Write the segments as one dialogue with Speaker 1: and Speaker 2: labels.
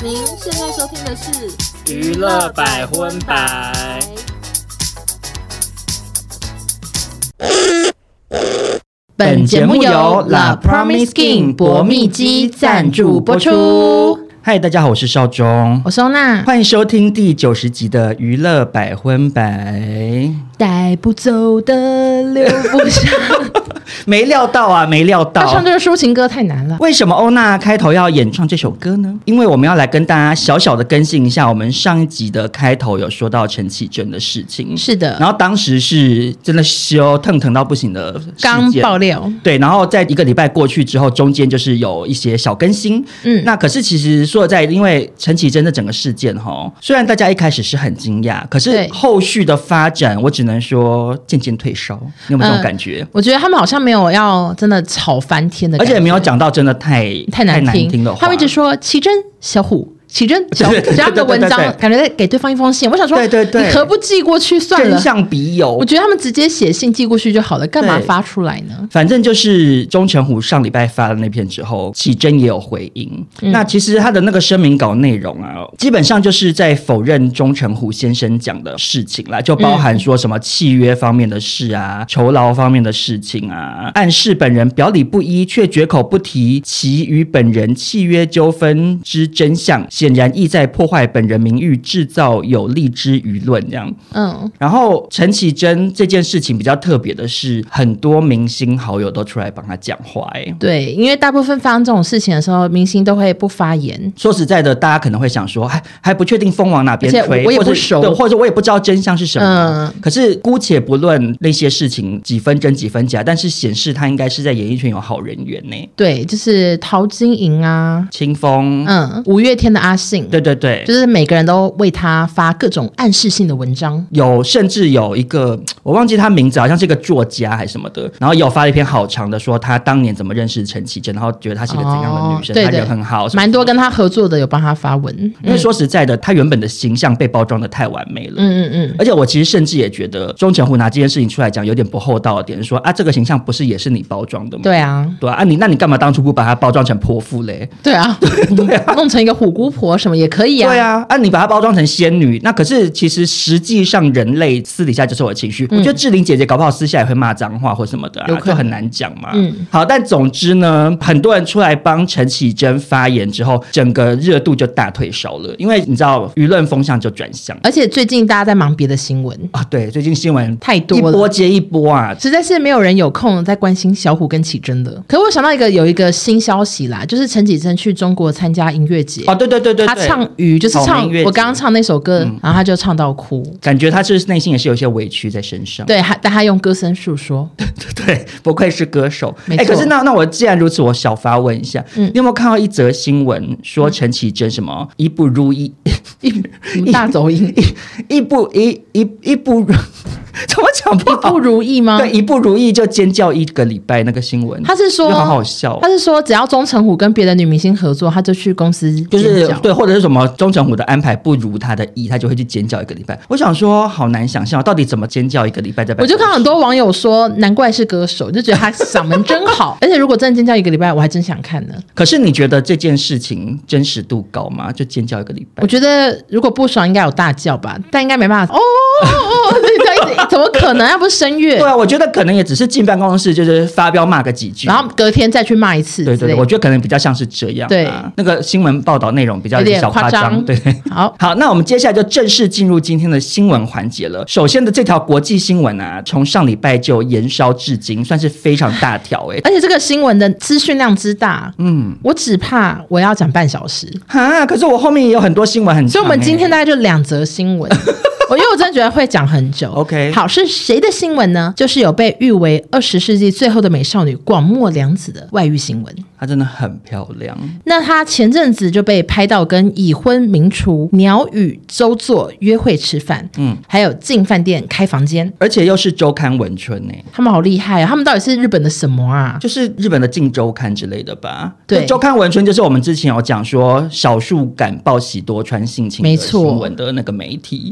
Speaker 1: 您现在收听的是
Speaker 2: 娱乐百分百。
Speaker 3: 本节目由 La Promise Skin 薄蜜肌赞助播出。
Speaker 2: 嗨，大家好，我是邵忠，
Speaker 3: 我是欧娜，
Speaker 2: 欢迎收听第90集的娱乐百分百。
Speaker 3: 带不走的留不下
Speaker 2: 没料到啊，没料到！
Speaker 3: 唱这个抒情歌太难了。
Speaker 2: 为什么欧娜开头要演唱这首歌呢？因为我们要来跟大家小小的更新一下，我们上一集的开头有说到陈绮贞的事情。
Speaker 3: 是的，
Speaker 2: 然后当时是真的羞腾到不行的事件，
Speaker 3: 刚爆料。
Speaker 2: 对，然后在一个礼拜过去之后，中间就是有一些小更新。那可是其实说实在，因为陈绮贞的整个事件虽然大家一开始是很惊讶，可是后续的发展，我只能说渐渐退烧。你有没有这种感觉？
Speaker 3: 我觉得他们好像没有要真的吵翻天的感觉，
Speaker 2: 而且没有讲到真的太难听的话。
Speaker 3: 他们一直说绮贞小虎。绮贞小虎这样的文章，感觉在给对方一封信。我想说，你何不寄过去算了？
Speaker 2: 真相笔友，
Speaker 3: 我觉得他们直接写信寄过去就好了，干嘛发出来呢？
Speaker 2: 反正就是钟成虎上礼拜发了那篇之后，绮贞也有回应。那其实他的那个声明稿内容啊，基本上就是在否认钟成虎先生讲的事情啦，就包含说什么契约方面的事啊、酬劳方面的事情啊，暗示本人表里不一，却绝口不提其与本人契约纠纷之真相。显然意在破坏本人名誉，制造有利之舆论这样。然后陈绮贞这件事情比较特别的是，很多明星好友都出来帮他讲话。
Speaker 3: 对，因为大部分发生这种事情的时候，明星都会不发言。
Speaker 2: 说实在的，大家可能会想说，还不确定风往哪边吹，
Speaker 3: 我也不熟，
Speaker 2: 或者我也不知道真相是什么。可是姑且不论那些事情几分真几分假，但是显示他应该是在演艺圈有好人缘呢。
Speaker 3: 对，就是陶晶莹啊、
Speaker 2: 清风，
Speaker 3: 五月天的阿信。
Speaker 2: 对，
Speaker 3: 就是每个人都为他发各种暗示性的文章，
Speaker 2: 甚至有一个我忘记他名字，好像是一个作家还是什么的，然后有发了一篇好长的说他当年怎么认识陈绮贞，然后觉得她是一个怎样的女生，她人很好，
Speaker 3: 蛮多跟他合作的有帮他发文。
Speaker 2: 因为说实在的，他原本的形象被包装的太完美了。而且我其实甚至也觉得钟成虎拿这件事情出来讲有点不厚道的点，说啊这个形象不是也是你包装的吗？
Speaker 3: 对啊，
Speaker 2: 那你干嘛当初不把它包装成泼妇嘞？
Speaker 3: 对啊，弄成一个虎姑婆什么也可以啊。
Speaker 2: 对啊，你把它包装成仙女，那可是其实实际上人类私底下就是有情绪。我觉得志玲姐姐搞不好私下也会骂脏话或什么的就很难讲嘛。好，但总之呢，很多人出来帮陈绮贞发言之后，整个热度就大退烧了，因为你知道舆论风向就转向，
Speaker 3: 而且最近大家在忙别的新闻
Speaker 2: 啊，对，最近新闻
Speaker 3: 太多了，
Speaker 2: 一波接一波啊，
Speaker 3: 实在是没有人有空在关心小虎跟绮贞的。可是我想到有一个新消息啦，就是陈绮贞去中国参加音乐节
Speaker 2: 哦，对，
Speaker 3: 她唱雨就是唱我刚刚唱那首歌，然后他就唱到哭，
Speaker 2: 感觉他就是内心也是有些委屈在身上。
Speaker 3: 对，但他用歌声诉说。
Speaker 2: 对，不愧是歌手。
Speaker 3: 可
Speaker 2: 是那我既然如此，我小发问一下，你有没有看到一则新闻说陈绮贞什么一不如意，
Speaker 3: 大走音，
Speaker 2: 一不怎么讲不好？
Speaker 3: 一不如意吗？
Speaker 2: 对，一不如意就尖叫1个礼拜那个新闻，
Speaker 3: 他是说
Speaker 2: 好好笑。
Speaker 3: 他是说只要钟成虎跟别的女明星合作，他就去公司
Speaker 2: 就是对，或者是什么钟成虎的安排不如他的意，他就会去尖叫1个礼拜。我想说，好难想象到底怎么尖叫1个礼拜在办公室。
Speaker 3: 我就看到很多网友说，难怪是歌手，就觉得他嗓门真好。而且如果真的尖叫1个礼拜，我还真想看呢。
Speaker 2: 可是你觉得这件事情真实度高吗？就尖叫1个礼拜？
Speaker 3: 我觉得如果不爽，应该有大叫吧，但应该没办法。怎么可能？要不是声乐？
Speaker 2: 对啊，我觉得可能也只是进办公室就是发飙骂个几句，
Speaker 3: 然后隔天再去骂一次。
Speaker 2: 对，我觉得可能比较像是这样。
Speaker 3: 对，
Speaker 2: 那个新闻报道内容比较有点小夸张。对，
Speaker 3: 好，
Speaker 2: 那我们接下来就正式进入今天的新闻环节了。首先的这条国际新闻啊，从上礼拜就延烧至今，算是非常大条而
Speaker 3: 且这个新闻的资讯量之大，我只怕我要讲半小时
Speaker 2: 可是我后面也有很多新闻很长，
Speaker 3: 所以我们今天大概就2则新闻。因为我真的觉得会讲很久。
Speaker 2: OK，
Speaker 3: 好，是谁的新闻呢？就是有被誉为20世纪最后的美少女广末凉子的外遇新闻。
Speaker 2: 她真的很漂亮。
Speaker 3: 那她前阵子就被拍到跟已婚名厨鸟语周作约会吃饭，还有进饭店开房间，
Speaker 2: 而且又是周刊文春
Speaker 3: 他们好厉害啊！他们到底是日本的什么啊？
Speaker 2: 就是日本的镜周刊之类的吧？
Speaker 3: 对，
Speaker 2: 周刊文春就是我们之前有讲说少数敢报喜多川性侵的新闻的那个媒体。
Speaker 3: 对，然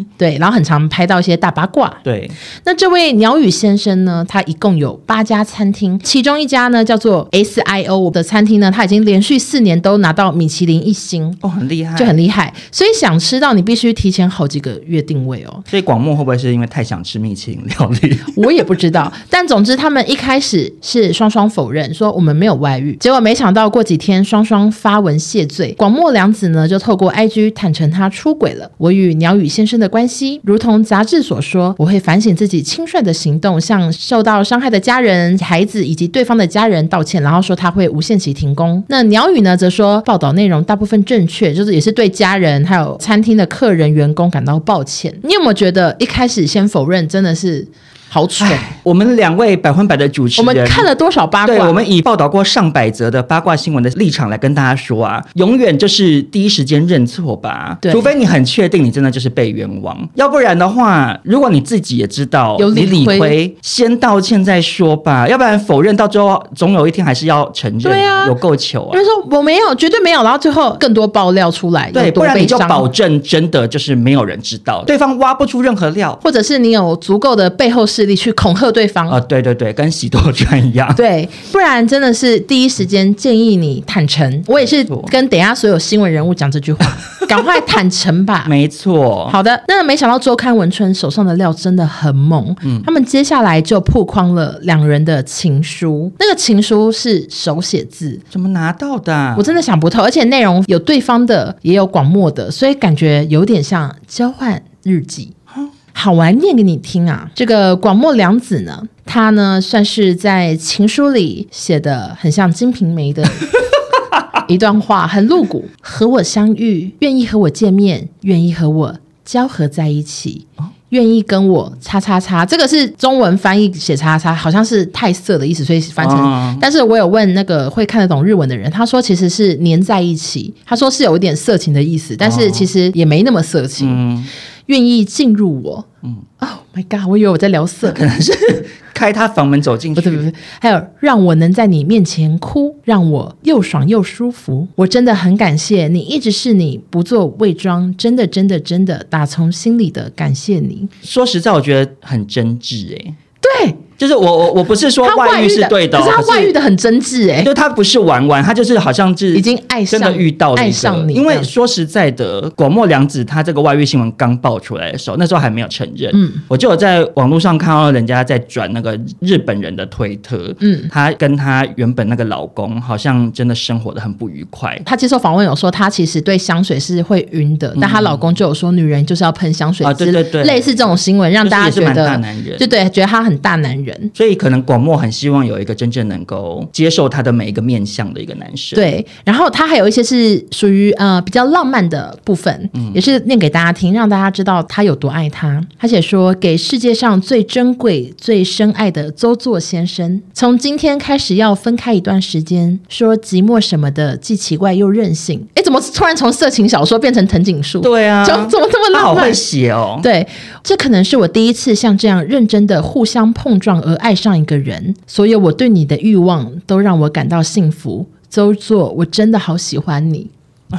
Speaker 3: 后很常拍到一些大八卦。
Speaker 2: 对，
Speaker 3: 那这位鸟语先生呢，他一共有8家餐厅，其中一家呢叫做 SIO 的餐厅呢，他已经连续4年都拿到米其林1星
Speaker 2: 哦，很厉害，
Speaker 3: 就很厉害。所以想吃到你必须提前好几个月定位哦。
Speaker 2: 所以广末会不会是因为太想吃米其林料理？
Speaker 3: 我也不知道，但总之他们一开始是双双否认，说我们没有外遇。结果没想到过几天双双发文谢罪，广末凉子呢就透过 IG 坦诚他出轨了。我与鸟语先生的关系，如同杂志所说，我会反省自己轻率的行动，向受到伤害的家人、孩子以及对方的家人道歉，然后说他会无限期停工。那鸟语呢则说报道内容大部分正确，就是也是对家人还有餐厅的客人员工感到抱歉。你有没有觉得一开始先否认真的是好蠢？
Speaker 2: 我们2位百分百的主持人，
Speaker 3: 我们看了多少八卦？
Speaker 2: 对，我们以报道过上百则的八卦新闻的立场来跟大家说啊，永远就是第一时间认错吧。
Speaker 3: 对，
Speaker 2: 除非你很确定你真的就是被冤枉，要不然的话，如果你自己也知道你理亏，先道歉再说吧。要不然否认到最后，总有一天还是要承认。
Speaker 3: 对啊，
Speaker 2: 有够糗啊！
Speaker 3: 就是说我没有，绝对没有，然后最后更多爆料出来，
Speaker 2: 对，不然你就保证真的就是没有人知道，对方挖不出任何料，
Speaker 3: 或者是你有足够的背后势力去恐吓对方。
Speaker 2: 对对对，跟喜多川一样。
Speaker 3: 对，不然真的是第一时间建议你坦诚。我也是跟等一下所有新闻人物讲这句话，赶快坦诚吧。
Speaker 2: 没错。
Speaker 3: 好的，那没想到周刊文春手上的料真的很猛，他们接下来就曝光了2人的情书。那个情书是手写字，
Speaker 2: 怎么拿到的啊？
Speaker 3: 我真的想不透，而且内容有对方的，也有广末的，所以感觉有点像交换日记。好，我来念给你听啊。这个广末凉子呢，他呢算是在情书里写的很像《金瓶梅》的一段话，很露骨。和我相遇，愿意和我见面，愿意和我交合在一起，愿意跟我叉叉叉，这个是中文翻译写叉叉，好像是太色的意思，所以翻成。但是我有问那个会看得懂日文的人，他说其实是黏在一起，他说是有一点色情的意思，但是其实也没那么色情。愿意进入我，Oh my god！ 我以为我在聊色，
Speaker 2: 可能是开他房门走进去。
Speaker 3: 不是，还有让我能在你面前哭，让我又爽又舒服。我真的很感谢你，一直是你，不做伪装，真的真的真的，打从心里的感谢你。
Speaker 2: 说实在，我觉得很真挚
Speaker 3: 对。
Speaker 2: 就是我不是说外遇是对的，
Speaker 3: 可是他外遇的很真挚
Speaker 2: 就他不是玩，他就是好像是
Speaker 3: 已经爱上，
Speaker 2: 真的遇到了
Speaker 3: 爱上你。
Speaker 2: 因为说实在的，广末凉子他这个外遇新闻刚爆出来的时候，那时候还没有承认。我就有在网络上看到人家在转那个日本人的推特，他跟他原本那个老公好像真的生活的很不愉快。
Speaker 3: 他接受访问有说，他其实对香水是会晕的，但她老公就有说，女人就是要喷香水，
Speaker 2: 对对对，
Speaker 3: 类似这种新闻，让大家觉得
Speaker 2: 就是也是蛮大男人，
Speaker 3: 就对，觉得他很大男人。
Speaker 2: 所以可能广末很希望有一个真正能够接受他的每一个面向的一个男生。
Speaker 3: 对，然后他还有一些是属于比较浪漫的部分，也是念给大家听，让大家知道他有多爱他。他写说，给世界上最珍贵、最深爱的周作先生，从今天开始要分开一段时间，说寂寞什么的，既奇怪又任性。哎，怎么突然从色情小说变成藤井树？
Speaker 2: 对啊，
Speaker 3: 怎么这么浪漫？
Speaker 2: 他好会写哦。
Speaker 3: 对，这可能是我第一次像这样认真的互相碰撞而爱上一个人，所有我对你的欲望都让我感到幸福。周作，我真的好喜欢你。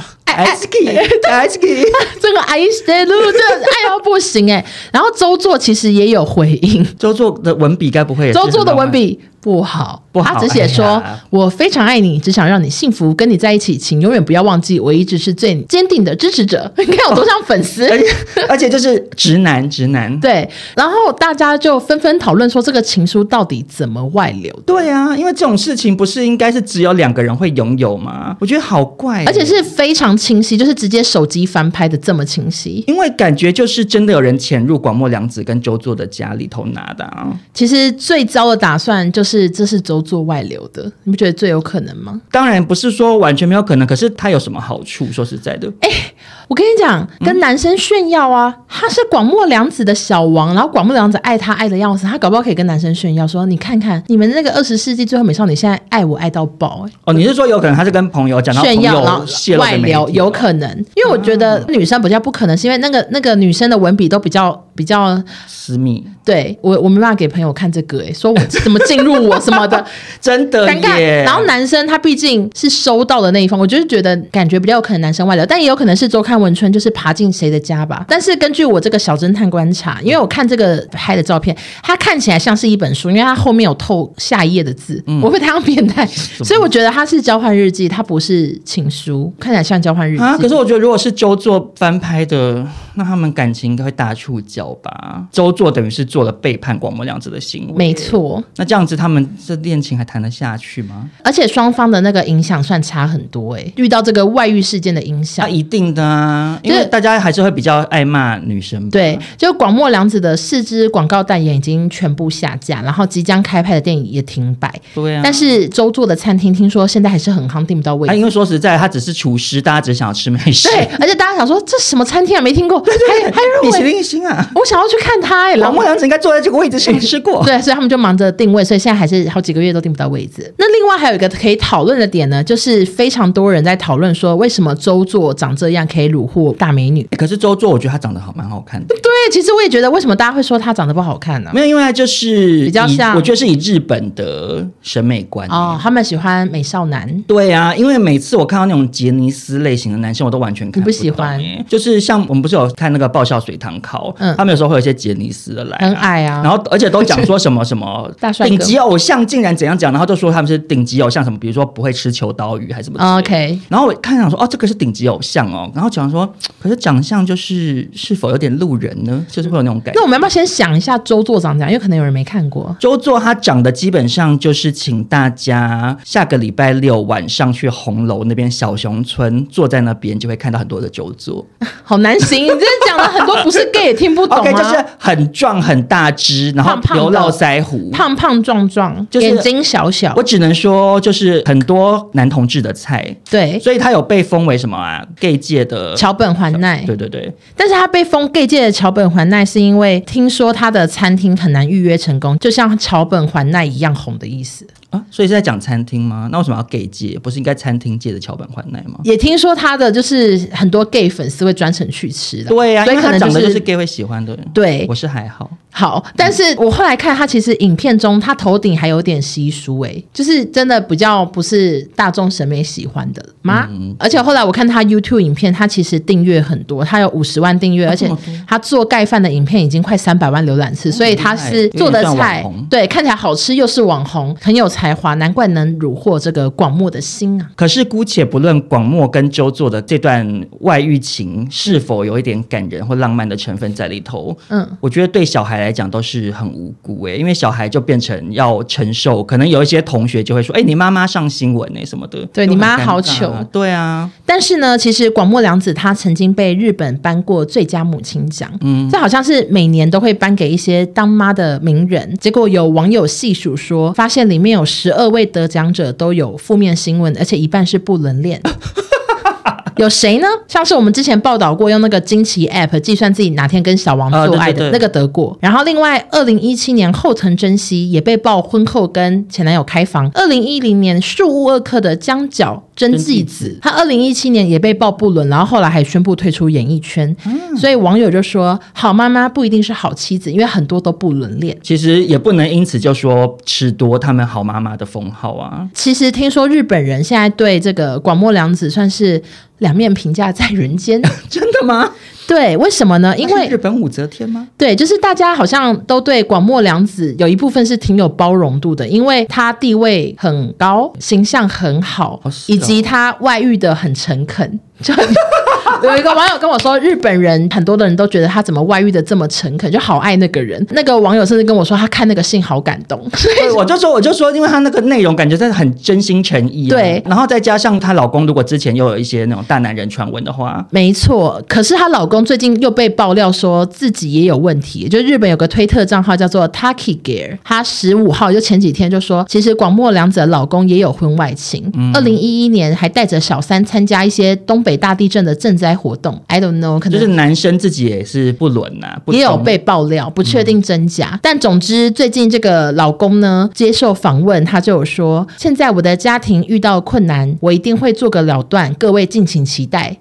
Speaker 3: 这个爱してる，这爱到不行哎。然后周作其实也有回应，
Speaker 2: 周作的文笔该不会也是
Speaker 3: 周作的文笔不好，他只写说、我非常爱你，只想让你幸福，跟你在一起，请永远不要忘记，我一直是最坚定的支持者。你看我多像粉丝，
Speaker 2: 而且就是直男。
Speaker 3: 对，然后大家就纷纷讨论说，这个情书到底怎么外流的？
Speaker 2: 对啊，因为这种事情不是应该是只有2个人会拥有吗？我觉得好怪，
Speaker 3: 而且是非常清晰，就是直接手机翻拍的这么清晰。
Speaker 2: 因为感觉就是真的有人潜入广末凉子跟周作的家里头拿的啊。
Speaker 3: 其实最糟的打算就是这是周作外流的，你不觉得最有可能吗？
Speaker 2: 当然不是说完全没有可能，可是他有什么好处？说实在的，
Speaker 3: 我跟你讲，跟男生炫耀啊，他是广末凉子的小王，然后广末凉子爱他爱的要死，他搞不好可以跟男生炫耀说，你看看你们那个20世纪最后美少女现在爱我爱到爆。
Speaker 2: 你是说有可能他是跟朋友讲到
Speaker 3: 炫耀，然后
Speaker 2: 泄露
Speaker 3: 外流，有可能，因为我觉得女生比较不可能，是因为那个女生的文笔都比较比较
Speaker 2: 私密。
Speaker 3: 对我没办法给朋友看这个说我怎么进入我什么的
Speaker 2: 真的
Speaker 3: 尴尬。然后男生他毕竟是收到的那一方，我就是觉得感觉比较有可能男生外流，但也有可能是周刊文春就是爬进谁的家吧。但是根据我这个小侦探观察，因为我看这个拍的照片，它看起来像是一本书，因为它后面有透下一页的字，我会太像变态，所以我觉得它是交换日记，它不是情书，看起来像交换日记
Speaker 2: 可是我觉得如果是周作翻拍的，那他们感情应该会大触礁吧。周作等于是做了背叛广末凉子的行为，
Speaker 3: 没错。
Speaker 2: 那这样子他们这恋情还谈得下去吗？
Speaker 3: 而且双方的那个影响算差很多遇到这个外遇事件的影响，
Speaker 2: 一定的啊，因为大家还是会比较爱骂女生吧。
Speaker 3: 对，就广末凉子的4支广告代言已经全部下架，然后即将开拍的电影也停摆。对啊，但是周作的餐厅听说现在还是很夯，订不到位置。
Speaker 2: 因为说实在，他只是厨师，大家只想要吃美食。
Speaker 3: 对，而且大家想说这什么餐厅啊，没听过，
Speaker 2: 对
Speaker 3: 还入围
Speaker 2: 米其林星啊，
Speaker 3: 我想要去看他
Speaker 2: 广末凉子应该坐在这个位置上吃过。
Speaker 3: 对，所以他们就忙着定位，所以现在还是好几个月都订不到位置。那另外还有一个可以讨论的点呢，就是非常多人在讨论说，为什么周作长这样可以虏获大美女？
Speaker 2: 可是周作我觉得他长得蛮好看的。
Speaker 3: 对，其实我也觉得，为什么大家会说他长得不好看呢？
Speaker 2: 没有，因为他就是
Speaker 3: 比较像，
Speaker 2: 我觉得是以日本的审美观
Speaker 3: 他们喜欢美少男。
Speaker 2: 对啊，因为每次我看到那种杰尼斯类型的男生，我都完全看不懂。
Speaker 3: 你不喜欢？
Speaker 2: 就是像我们不是有看那个爆笑水堂考，他们有时候会有一些杰尼斯的来，
Speaker 3: 很矮啊，
Speaker 2: 然后而且都讲说什么什么顶级偶像竟然怎样讲，然后就说他们是顶级偶像什么，比如说不会吃秋刀鱼还是什么。
Speaker 3: OK，
Speaker 2: 然后我看想说这个是顶级偶像然后讲说可是长相就是是否有点路人呢？就是会有那种感觉。
Speaker 3: 那我们要不要先想一下周作长怎样？因为可能有人没看过。
Speaker 2: 周作他长得基本上就是请大家下个礼拜六晚上去红楼那边小熊村，坐在那边就会看到很多的周作。
Speaker 3: 好难行，你这讲了很多不是 gay 也听不懂啊。
Speaker 2: OK， 就是很壮很大只，然后有络腮胡，
Speaker 3: 胖胖壮壮，就是眼睛小小。
Speaker 2: 我只能说就是很多男同志的菜。
Speaker 3: 对，
Speaker 2: 所以他有被封为什么gay 界的
Speaker 3: 桥本环奈。
Speaker 2: 对对对，
Speaker 3: 但是他被封 gay 界的桥本环奈是因为听说他的餐厅很难预约成功，就像桥本环奈一样红的意思。
Speaker 2: 所以是在讲餐厅吗？那为什么要 gay 界？不是应该餐厅界的桥本环奈吗？
Speaker 3: 也听说他的就是很多 gay 粉丝会专程去吃的。
Speaker 2: 对啊，
Speaker 3: 所以可能
Speaker 2: 长得就是 gay 会喜欢的。对，我是还好，
Speaker 3: 但是我后来看他其实影片中他头顶还有点稀疏就是真的比较不是大众审美喜欢的吗？而且后来我看他 YouTube 影片，他其实订阅很多，他有50万订阅，而且他做盖饭的影片已经快300万浏览次，所以他是做的菜对看起来好吃，又是网红，很有才华，难怪能虏获这个广末的心啊。
Speaker 2: 可是姑且不论广末跟周作的这段外遇情是否有一点感人或浪漫的成分在里头，我觉得对小孩来讲都是很无辜因为小孩就变成要承受，可能有一些同学就会说你妈妈上新闻什么的，
Speaker 3: 对你妈好糗。
Speaker 2: 对啊，
Speaker 3: 但是呢其实广末凉子她曾经被日本颁过最佳母亲奖，这好像是每年都会颁给一些当妈的名人，结果有网友细数说发现里面有12位得奖者都有负面新闻，而且一半是不伦恋。有谁呢？像是我们之前报道过用那个惊奇 App 计算自己哪天跟小王做爱的那个得过。然后另外2017年后藤真希也被曝婚后跟前男友开房。2010年树屋二课的江角真纪子，他2017年也被曝不伦，然后后来还宣布退出演艺圈。所以网友就说好妈妈不一定是好妻子，因为很多都不伦恋。
Speaker 2: 其实也不能因此就说褫夺他们好妈妈的封号啊。
Speaker 3: 其实听说日本人现在对这个广末凉子算是两面评价在人间。
Speaker 2: 真的吗？
Speaker 3: 对，为什么呢？因为
Speaker 2: 日本武则天吗？
Speaker 3: 对，就是大家好像都对广末凉子有一部分是挺有包容度的，因为她地位很高，形象很好，以及她外遇的很诚恳。就有一个网友跟我说，日本人很多的人都觉得他怎么外遇的这么诚恳，就好爱那个人。那个网友甚至跟我说，他看那个信好感动。
Speaker 2: 对，我就说，因为他那个内容感觉真的很真心诚意
Speaker 3: 对，
Speaker 2: 然后再加上她老公如果之前又有一些那种大男人传闻的话，
Speaker 3: 没错。可是她老公最近又被爆料说自己也有问题，就日本有个推特账号叫做 Taki Gear， 他15号就前几天就说，其实广末凉子的老公也有婚外情。2011年还带着小三参加一些东北大地震的赈灾活动。 I don't know， 可能
Speaker 2: 就是男生自己也是不伦
Speaker 3: 也有被爆料，不确定真假。但总之最近这个老公呢接受访问，他就有说，现在我的家庭遇到困难，我一定会做个了断，各位敬请期待。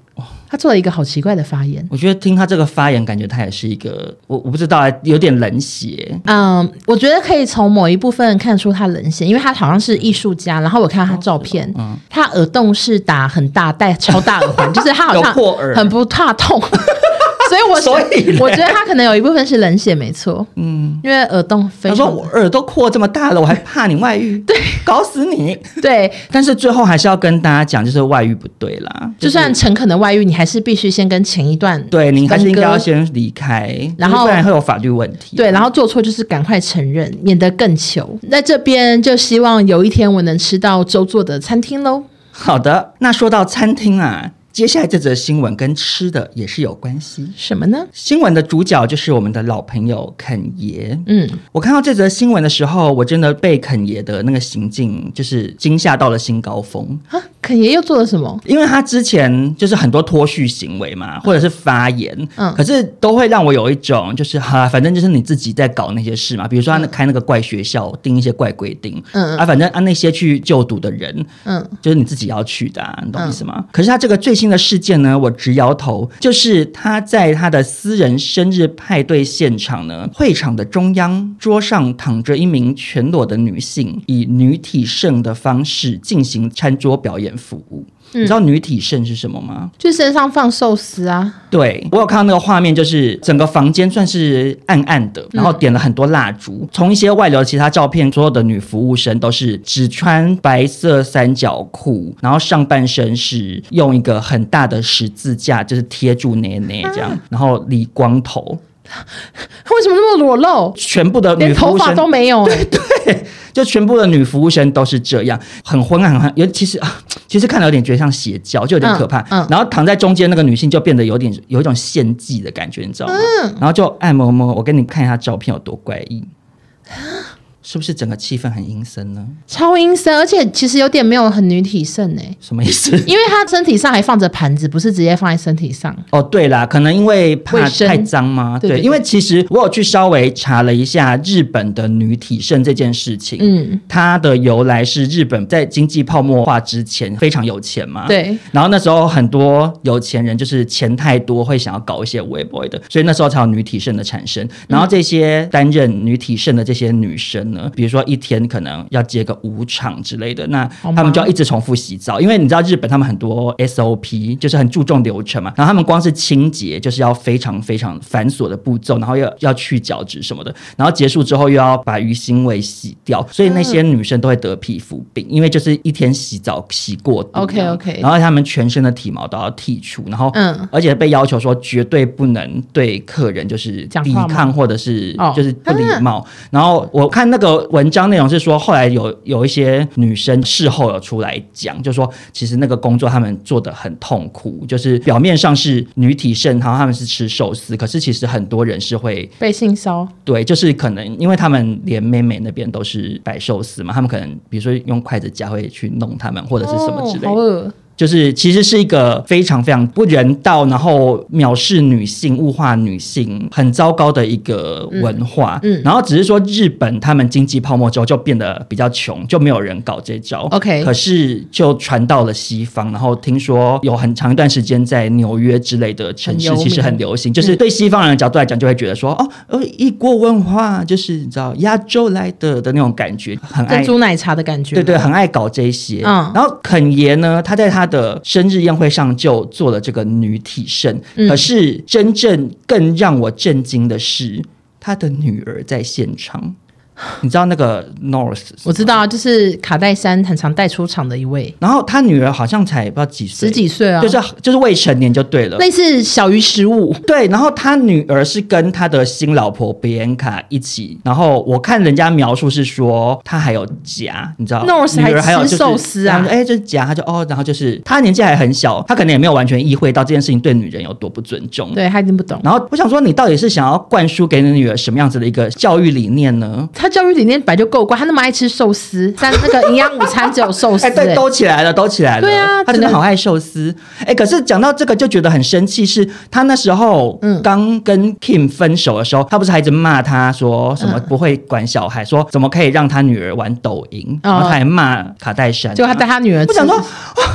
Speaker 3: 他做了一个好奇怪的发言。
Speaker 2: 我觉得听他这个发言，感觉他也是一个我不知道，有点冷血。
Speaker 3: 我觉得可以从某一部分看出他冷血，因为他好像是艺术家，然后我看他照片，他耳洞是打很大戴超大耳环，就是他好像很不怕痛。所以我觉得他可能有一部分是冷血，没错。因为耳洞非常。他说
Speaker 2: 我耳朵扩这么大了，我还怕你外遇，对，搞死你。
Speaker 3: 对，但
Speaker 2: 是最后还是要跟大家讲，就是外遇不对啦。
Speaker 3: 就算诚恳的外遇，你还是必须先跟前一段
Speaker 2: 对你还是应该要先离开，然后不然会有法律问题。
Speaker 3: 对，然后做错就是赶快承认，免得更糗。在这边就希望有一天我能吃到周做的餐厅咯。
Speaker 2: 好的，那说到餐厅啊。接下来这则新闻跟吃的也是有关系。
Speaker 3: 什么呢？
Speaker 2: 新闻的主角就是我们的老朋友肯爷。我看到这则新闻的时候，我真的被肯爷的那个行径就是惊吓到了新高峰
Speaker 3: 啊！肯爷又做了什么？
Speaker 2: 因为他之前就是很多脱序行为嘛，或者是发言，可是都会让我有一种就是反正就是你自己在搞那些事嘛。比如说他开那个怪学校，定一些怪规定，反正那些去就读的人，就是你自己要去的你懂意思吗？可是他这个最新的事件呢，我直摇头，就是他在他的私人生日派对现场呢，会场的中央桌上躺着一名全裸的女性，以女体盛的方式进行餐桌表演服务。你知道女体盛是什么吗？
Speaker 3: 就身上放寿司啊。
Speaker 2: 对，我有看到那个画面，就是整个房间算是暗暗的，然后点了很多蜡烛。从一些外流的其他照片，所有的女服务生都是只穿白色三角裤，然后上半身是用一个很大的十字架，就是贴住内这样，然后理光头。
Speaker 3: 为什么那么裸露？
Speaker 2: 全部的女服务生
Speaker 3: 连头发都没有。
Speaker 2: 对，就全部的女服务生都是这样，很昏暗，其实看了有点觉得像邪教，就有点可怕。然后躺在中间那个女性就变得有一种献祭的感觉，你知道吗？然后就按摩，我给你看一下照片有多怪异。是不是整个气氛很阴森呢？
Speaker 3: 超阴森，而且其实有点没有很女体盛
Speaker 2: 什么意思？
Speaker 3: 因为他身体上还放着盘子，不是直接放在身体上。
Speaker 2: 哦，对啦，可能因为怕太脏吗？对，因为其实我有去稍微查了一下日本的女体盛这件事情，它的由来是日本在经济泡沫化之前非常有钱嘛，
Speaker 3: 对，
Speaker 2: 然后那时候很多有钱人就是钱太多，会想要搞一些微博的，所以那时候才有女体盛的产生。然后这些担任女体盛的这些女生呢，比如说一天可能要接个5场之类的，那他们就要一直重复洗澡，因为你知道日本他们很多 SOP 就是很注重流程嘛，然后他们光是清洁就是要非常非常繁琐的步骤，然后要去角质什么的，然后结束之后又要把鱼腥味洗掉，所以那些女生都会得皮肤病，因为就是一天洗澡洗过度。
Speaker 3: OK，
Speaker 2: 然后他们全身的体毛都要剔除，然后而且被要求说绝对不能对客人就是抵抗或者是就是不礼貌。然后我看那个文章内容是说，后来有一些女生事后有出来讲，就说其实那个工作他们做得很痛苦，就是表面上是女体盛，然后他们是吃寿司，可是其实很多人是会
Speaker 3: 被性骚。
Speaker 2: 对，就是可能因为他们连妹妹那边都是摆寿司嘛，他们可能比如说用筷子夹会去弄他们，或者是什么之类的。
Speaker 3: 好恶。
Speaker 2: 就是其实是一个非常非常不人道，然后藐视女性、物化女性，很糟糕的一个文化。然后只是说日本他们经济泡沫之后就变得比较穷，就没有人搞这招。
Speaker 3: OK，
Speaker 2: 可是就传到了西方，然后听说有很长一段时间在纽约之类的城市其实很流行，就是对西方人的角度来讲，就会觉得说异国文化就是你知道亚洲来的那种感觉，很爱
Speaker 3: 珍珠奶茶的感觉。
Speaker 2: 对，很爱搞这些。然后肯爷呢，他在他的生日宴会上就做了这个女体盛，可是真正更让我震惊的是他的女儿在现场。你知道那个 North？
Speaker 3: 我知道，就是卡戴珊很常带出场的一位。
Speaker 2: 然后他女儿好像才不知道几岁，
Speaker 3: 10几岁啊，
Speaker 2: 就是未成年就对了，
Speaker 3: 类似小于15。
Speaker 2: 对，然后他女儿是跟他的新老婆比安卡一起，然后我看人家描述是说他还有夹，你知道
Speaker 3: North 还吃寿司啊，
Speaker 2: 就是夹，他就然后就是他年纪还很小，他可能也没有完全意会到这件事情对女人有多不尊重，
Speaker 3: 对他一定不懂。
Speaker 2: 然后我想说，你到底是想要灌输给你女儿什么样子的一个教育理念呢？
Speaker 3: 他教育理念本来就够怪，他那么爱吃寿司，但那个营养午餐只有寿司。
Speaker 2: 对，都起来了。
Speaker 3: 对啊，
Speaker 2: 他真的好爱寿司。可是讲到这个就觉得很生气，是他那时候刚跟 Kim 分手的时候，他不是还一直骂他说什么不会管小孩，说怎么可以让他女儿玩抖音，然后他还骂卡戴珊，
Speaker 3: 就他带他女儿吃。
Speaker 2: 我想说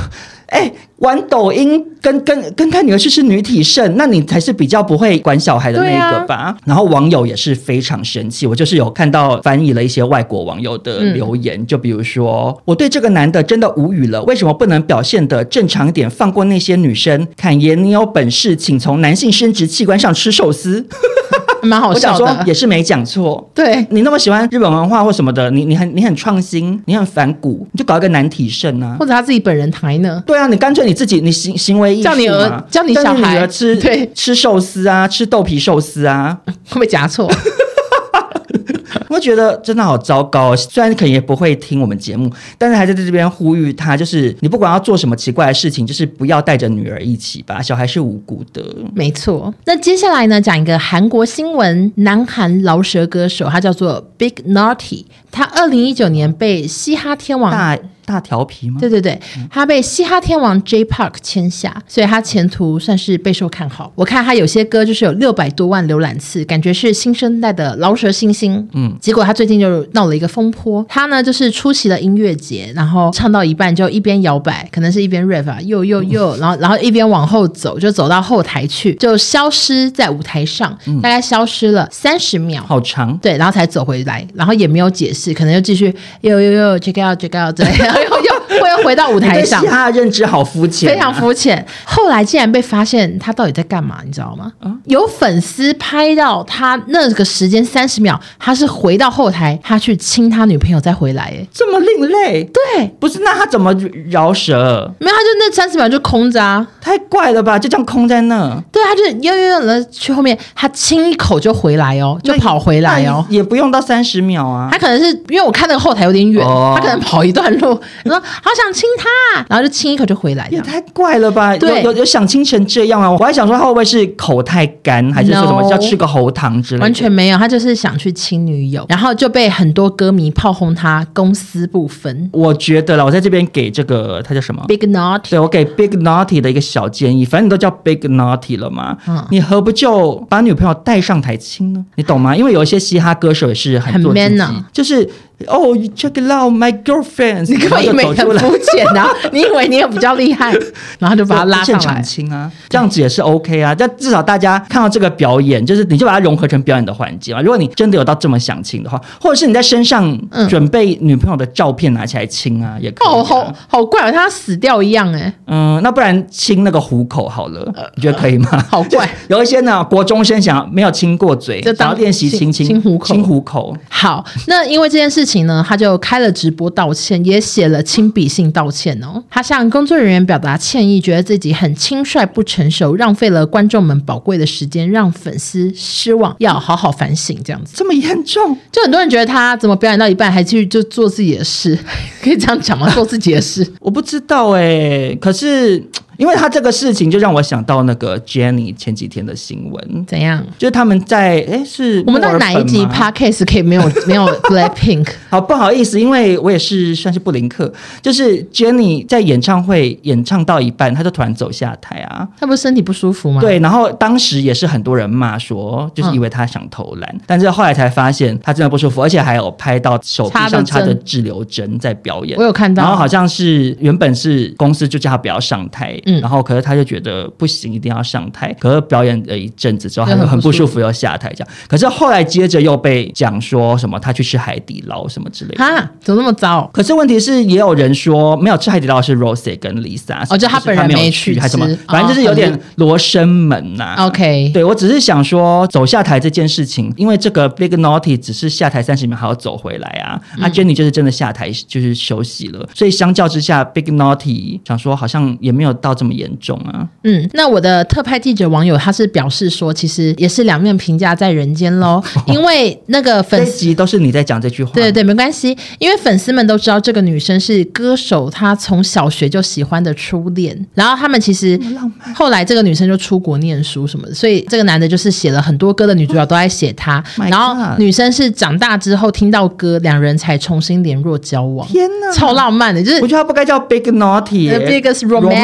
Speaker 2: 玩抖音跟看女儿去吃女体盛，那你才是比较不会管小孩的那个吧。然后网友也是非常生气，我就是有看到翻译了一些外国网友的留言，就比如说我对这个男的真的无语了，为什么不能表现得正常一点，放过那些女生？侃爷你有本事请从男性生殖器官上吃寿司。
Speaker 3: 蛮好笑的，
Speaker 2: 我想说也是没讲错。
Speaker 3: 对，
Speaker 2: 你那么喜欢日本文化或什么的，你很创新，你很反骨，你就搞一个男体盛啊，
Speaker 3: 或者他自己本人抬呢？
Speaker 2: 对啊，你干脆你自己你行为艺术嘛，
Speaker 3: 叫你小孩
Speaker 2: 女儿吃寿司啊，吃豆皮寿司啊，
Speaker 3: 会不会夹错？
Speaker 2: 我觉得真的好糟糕，虽然可能也不会听我们节目，但是还在这边呼吁他，就是你不管要做什么奇怪的事情，就是不要带着女儿一起吧，小孩是无辜的。没
Speaker 3: 错。那接下来呢，讲一个韩国新闻，南韩饶舌歌手，他叫做 Big Naughty， 他2019年被嘻哈天王
Speaker 2: 大调皮吗？
Speaker 3: 对对对，他被嘻哈天王 J Park 签下，所以他前途算是备受看好。我看他有些歌就是有600多万浏览次，感觉是新生代的饶舌新星。结果他最近就闹了一个风波，他呢就是出席了音乐节，然后唱到一半就一边摇摆，可能是一边 rap 啊，又，然后一边往后走，就走到后台去，就消失在舞台上，大概消失了30秒，
Speaker 2: 好长。
Speaker 3: 对，然后才走回来，然后也没有解释，可能就继续又 check out 这样。又回到舞台上，
Speaker 2: 对嘻哈的认知好肤浅，
Speaker 3: 非常肤浅。后来竟然被发现他到底在干嘛，你知道吗？有粉丝拍到他那个时间30秒，他是回到后台，他去亲他女朋友再回来，
Speaker 2: 这么另类。
Speaker 3: 对，
Speaker 2: 不是，那他怎么饶舌？
Speaker 3: 没有，他就那30秒就空着啊，
Speaker 2: 太怪了吧？就这样空在那。对，
Speaker 3: 他就又去后面，他亲一口就回来哦，就跑回来哦，
Speaker 2: 也不用到30秒啊。
Speaker 3: 他可能是因为我看那个后台有点远，他可能跑一段路，你说好想亲他，然后就亲一口就回来，
Speaker 2: 也太怪了吧？有想亲成这样啊？我还想说他会不会是口太干，还是说什么要吃个喉糖之类的？
Speaker 3: 完全没有，他就是想去亲女友，然后就被很多歌迷炮轰他公私不分。
Speaker 2: 我觉得啦，我在这边给这个他叫什么
Speaker 3: Big Naughty，
Speaker 2: 对，我给 Big Naughty 的一个小建议，反正你都叫 Big Naughty 了嘛，你何不就把女朋友带上台亲呢？你懂吗？因为有一些嘻哈歌手也是很做自己，
Speaker 3: man 啊，
Speaker 2: 就是check it out my girlfriend，
Speaker 3: 你根本以为很肤浅啊，你以为你也比较厉害，然后就把他拉上来
Speaker 2: 现场亲啊，这样子也是 OK 啊。但至少大家看到这个表演，就是你就把它融合成表演的环节嘛。如果你真的有到这么想亲的话，或者是你在身上准备女朋友的照片拿起来亲啊，也可以啊。
Speaker 3: 好怪哦，他死掉一样
Speaker 2: 那不然亲那个虎口好了，你觉得可以吗？
Speaker 3: 好怪，
Speaker 2: 有一些呢国中生没有亲过嘴，想要练习亲虎口。
Speaker 3: 好，那因为这件事情呢，他就开了直播道歉，也写了亲笔信道歉哦。他向工作人员表达歉意，觉得自己很轻率不成熟，浪费了观众们宝贵的时间，让粉丝失望，要好好反省。这样子
Speaker 2: 这么严重，
Speaker 3: 就很多人觉得他怎么表演到一半还去就做自己的事，可以这样讲吗？做自己的事，
Speaker 2: 我不知道可是。因为他这个事情就让我想到那个 Jennie 前几天的新闻，
Speaker 3: 怎样？
Speaker 2: 就是他们在是
Speaker 3: 我们到哪一集 podcast 可以没有 Blackpink？
Speaker 2: 好不好意思，因为我也是算是布林克，就是 Jennie 在演唱会演唱到一半，他就突然走下台啊，
Speaker 3: 他不是身体不舒服吗？
Speaker 2: 对，然后当时也是很多人骂说，就是以为他想偷懒，但是后来才发现他真的不舒服，而且还有拍到手臂上插着滞留针在表演，
Speaker 3: 我有看到，
Speaker 2: 然后好像是原本是公司就叫他不要上台。然后可是他就觉得不行，一定要上台。可是表演了一阵子之后，他就很不舒服，又下台这样。可是后来接着又被讲说什么他去吃海底捞什么之类的。
Speaker 3: 哈，怎么那么糟？
Speaker 2: 可是问题是，也有人说没有吃海底捞是 Rose 跟 Lisa，
Speaker 3: 就他本人没去，
Speaker 2: 还什么，反正就是有点罗生门呐。
Speaker 3: OK，
Speaker 2: 对，我只是想说走下台这件事情，因为这个 Big Naughty 只是下台30秒还要走回来啊。Jennie 就是真的下台就是休息了，所以相较之下 ，Big Naughty 想说好像也没有到这么严重啊。
Speaker 3: 那我的特派记者网友他是表示说，其实也是两面评价在人间咯，因为那个粉丝
Speaker 2: 这一集都是你在讲这句话，
Speaker 3: 对，没关系，因为粉丝们都知道这个女生是歌手，她从小学就喜欢的初恋，然后他们其实后来这个女生就出国念书什么的，所以这个男的就是写了很多歌的女主角都在写他，然后女生是长大之后听到歌，两人才重新联络交往。
Speaker 2: 天哪，
Speaker 3: 超浪漫的，就是
Speaker 2: 我觉得他不该叫 Big Naughty，
Speaker 3: The Biggest Romance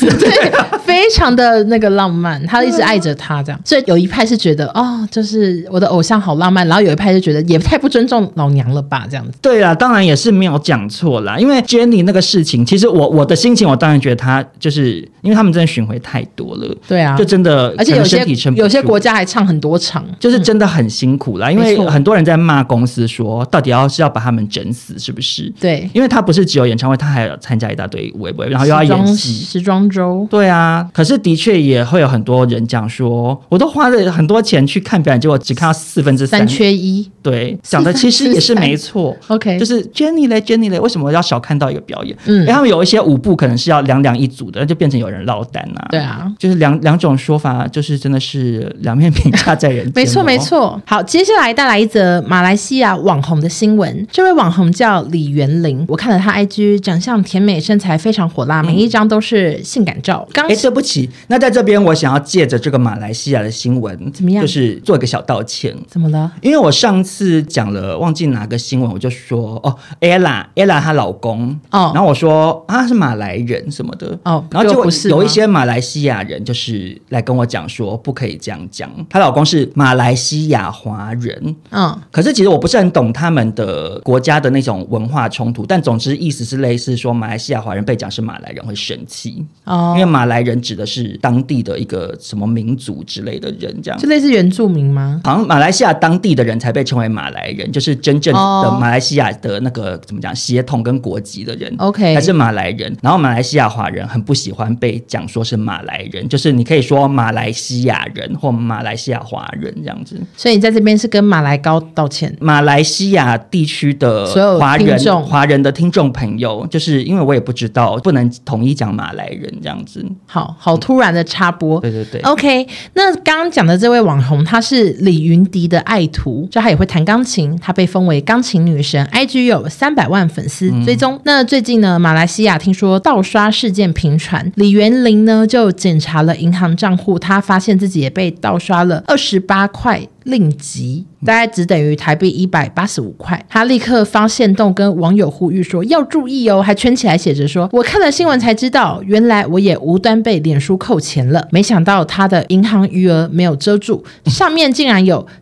Speaker 2: 子，
Speaker 3: 对，非常的那个浪漫，他一直爱着他这样，所以有一派是觉得就是我的偶像好浪漫，然后有一派就觉得也太不尊重老娘了吧这样子。
Speaker 2: 对啦，当然也是没有讲错啦，因为 Jennie 那个事情，其实我的心情，我当然觉得他就是因为他们真的巡回太多了，
Speaker 3: 对啊，
Speaker 2: 就真的，
Speaker 3: 而且有些国家还唱很多场，
Speaker 2: 就是真的很辛苦啦，因为很多人在骂公司说，到底是要把他们整死是不是？
Speaker 3: 对，
Speaker 2: 因为他不是只有演唱会，他还有参加一大堆微博，然后又要演戏，
Speaker 3: 时装周。
Speaker 2: 对啊，可是的确也会有很多人讲说，我都花了很多钱去看表演，结果只看到3/4，
Speaker 3: 三缺一。
Speaker 2: 对，讲的其实也是没错。
Speaker 3: OK，
Speaker 2: 就是 Jennie 嘞，为什么要少看到一个表演？因为他们有一些舞步可能是要两一组的，就变成有人落单啊。
Speaker 3: 对啊，
Speaker 2: 就是两种说法，就是真的是两面评价在人间。
Speaker 3: 没错。好，接下来带来一则马来西亚网红的新闻。这位网红叫李元玲，我看了他 IG， 长相甜美，身材非常火辣，每一张都是性感照。
Speaker 2: 对不起，那在这边我想要借着这个马来西亚的新闻，
Speaker 3: 怎么样？
Speaker 2: 就是做一个小道歉。
Speaker 3: 怎么了？
Speaker 2: 因为我上次讲了忘记哪个新闻，我就说Ella 她老公然后我说他是马来人什么的然后结果有一些马来西亚人就是来跟我讲说不可以这样讲，她老公是马来西亚华人可是其实我不是很懂他们的国家的那种文化冲突，但总之意思是类似说马来西亚华人被讲是马来人会生气因为马来人指的是当地的一个什么民族之类的人，这样
Speaker 3: 就类似原住民吗？
Speaker 2: 好像马来西亚当地的人才被称为马来人，就是真正的马来西亚的那个怎么讲血统跟国籍的人
Speaker 3: OK
Speaker 2: 才是马来人，然后马来西亚华人很不喜欢被讲说是马来人，就是你可以说马来西亚人或马来西亚华人这样子。
Speaker 3: 所以你在这边是跟马来高道歉。
Speaker 2: 马来西亚地区的华人的听众朋友，就是因为我也不知道不能统一讲马来人这样子。
Speaker 3: 好突然的插播。
Speaker 2: 对
Speaker 3: OK， 那刚刚讲的这位网红他是李云迪的爱徒，就他也会弹钢琴，他被封为钢琴女神， IG 有300万粉丝追踪那最近呢，马来西亚听说盗刷事件频传，李元玲呢就检查了银行账户，他发现自己也被盗刷了28块令吉，大概只等于台币185块。他立刻发限动跟网友呼吁说要注意还圈起来写着说，我看了新闻才知道，原来我也无端被脸书扣钱了。没想到他的银行余额没有遮住，上面竟然有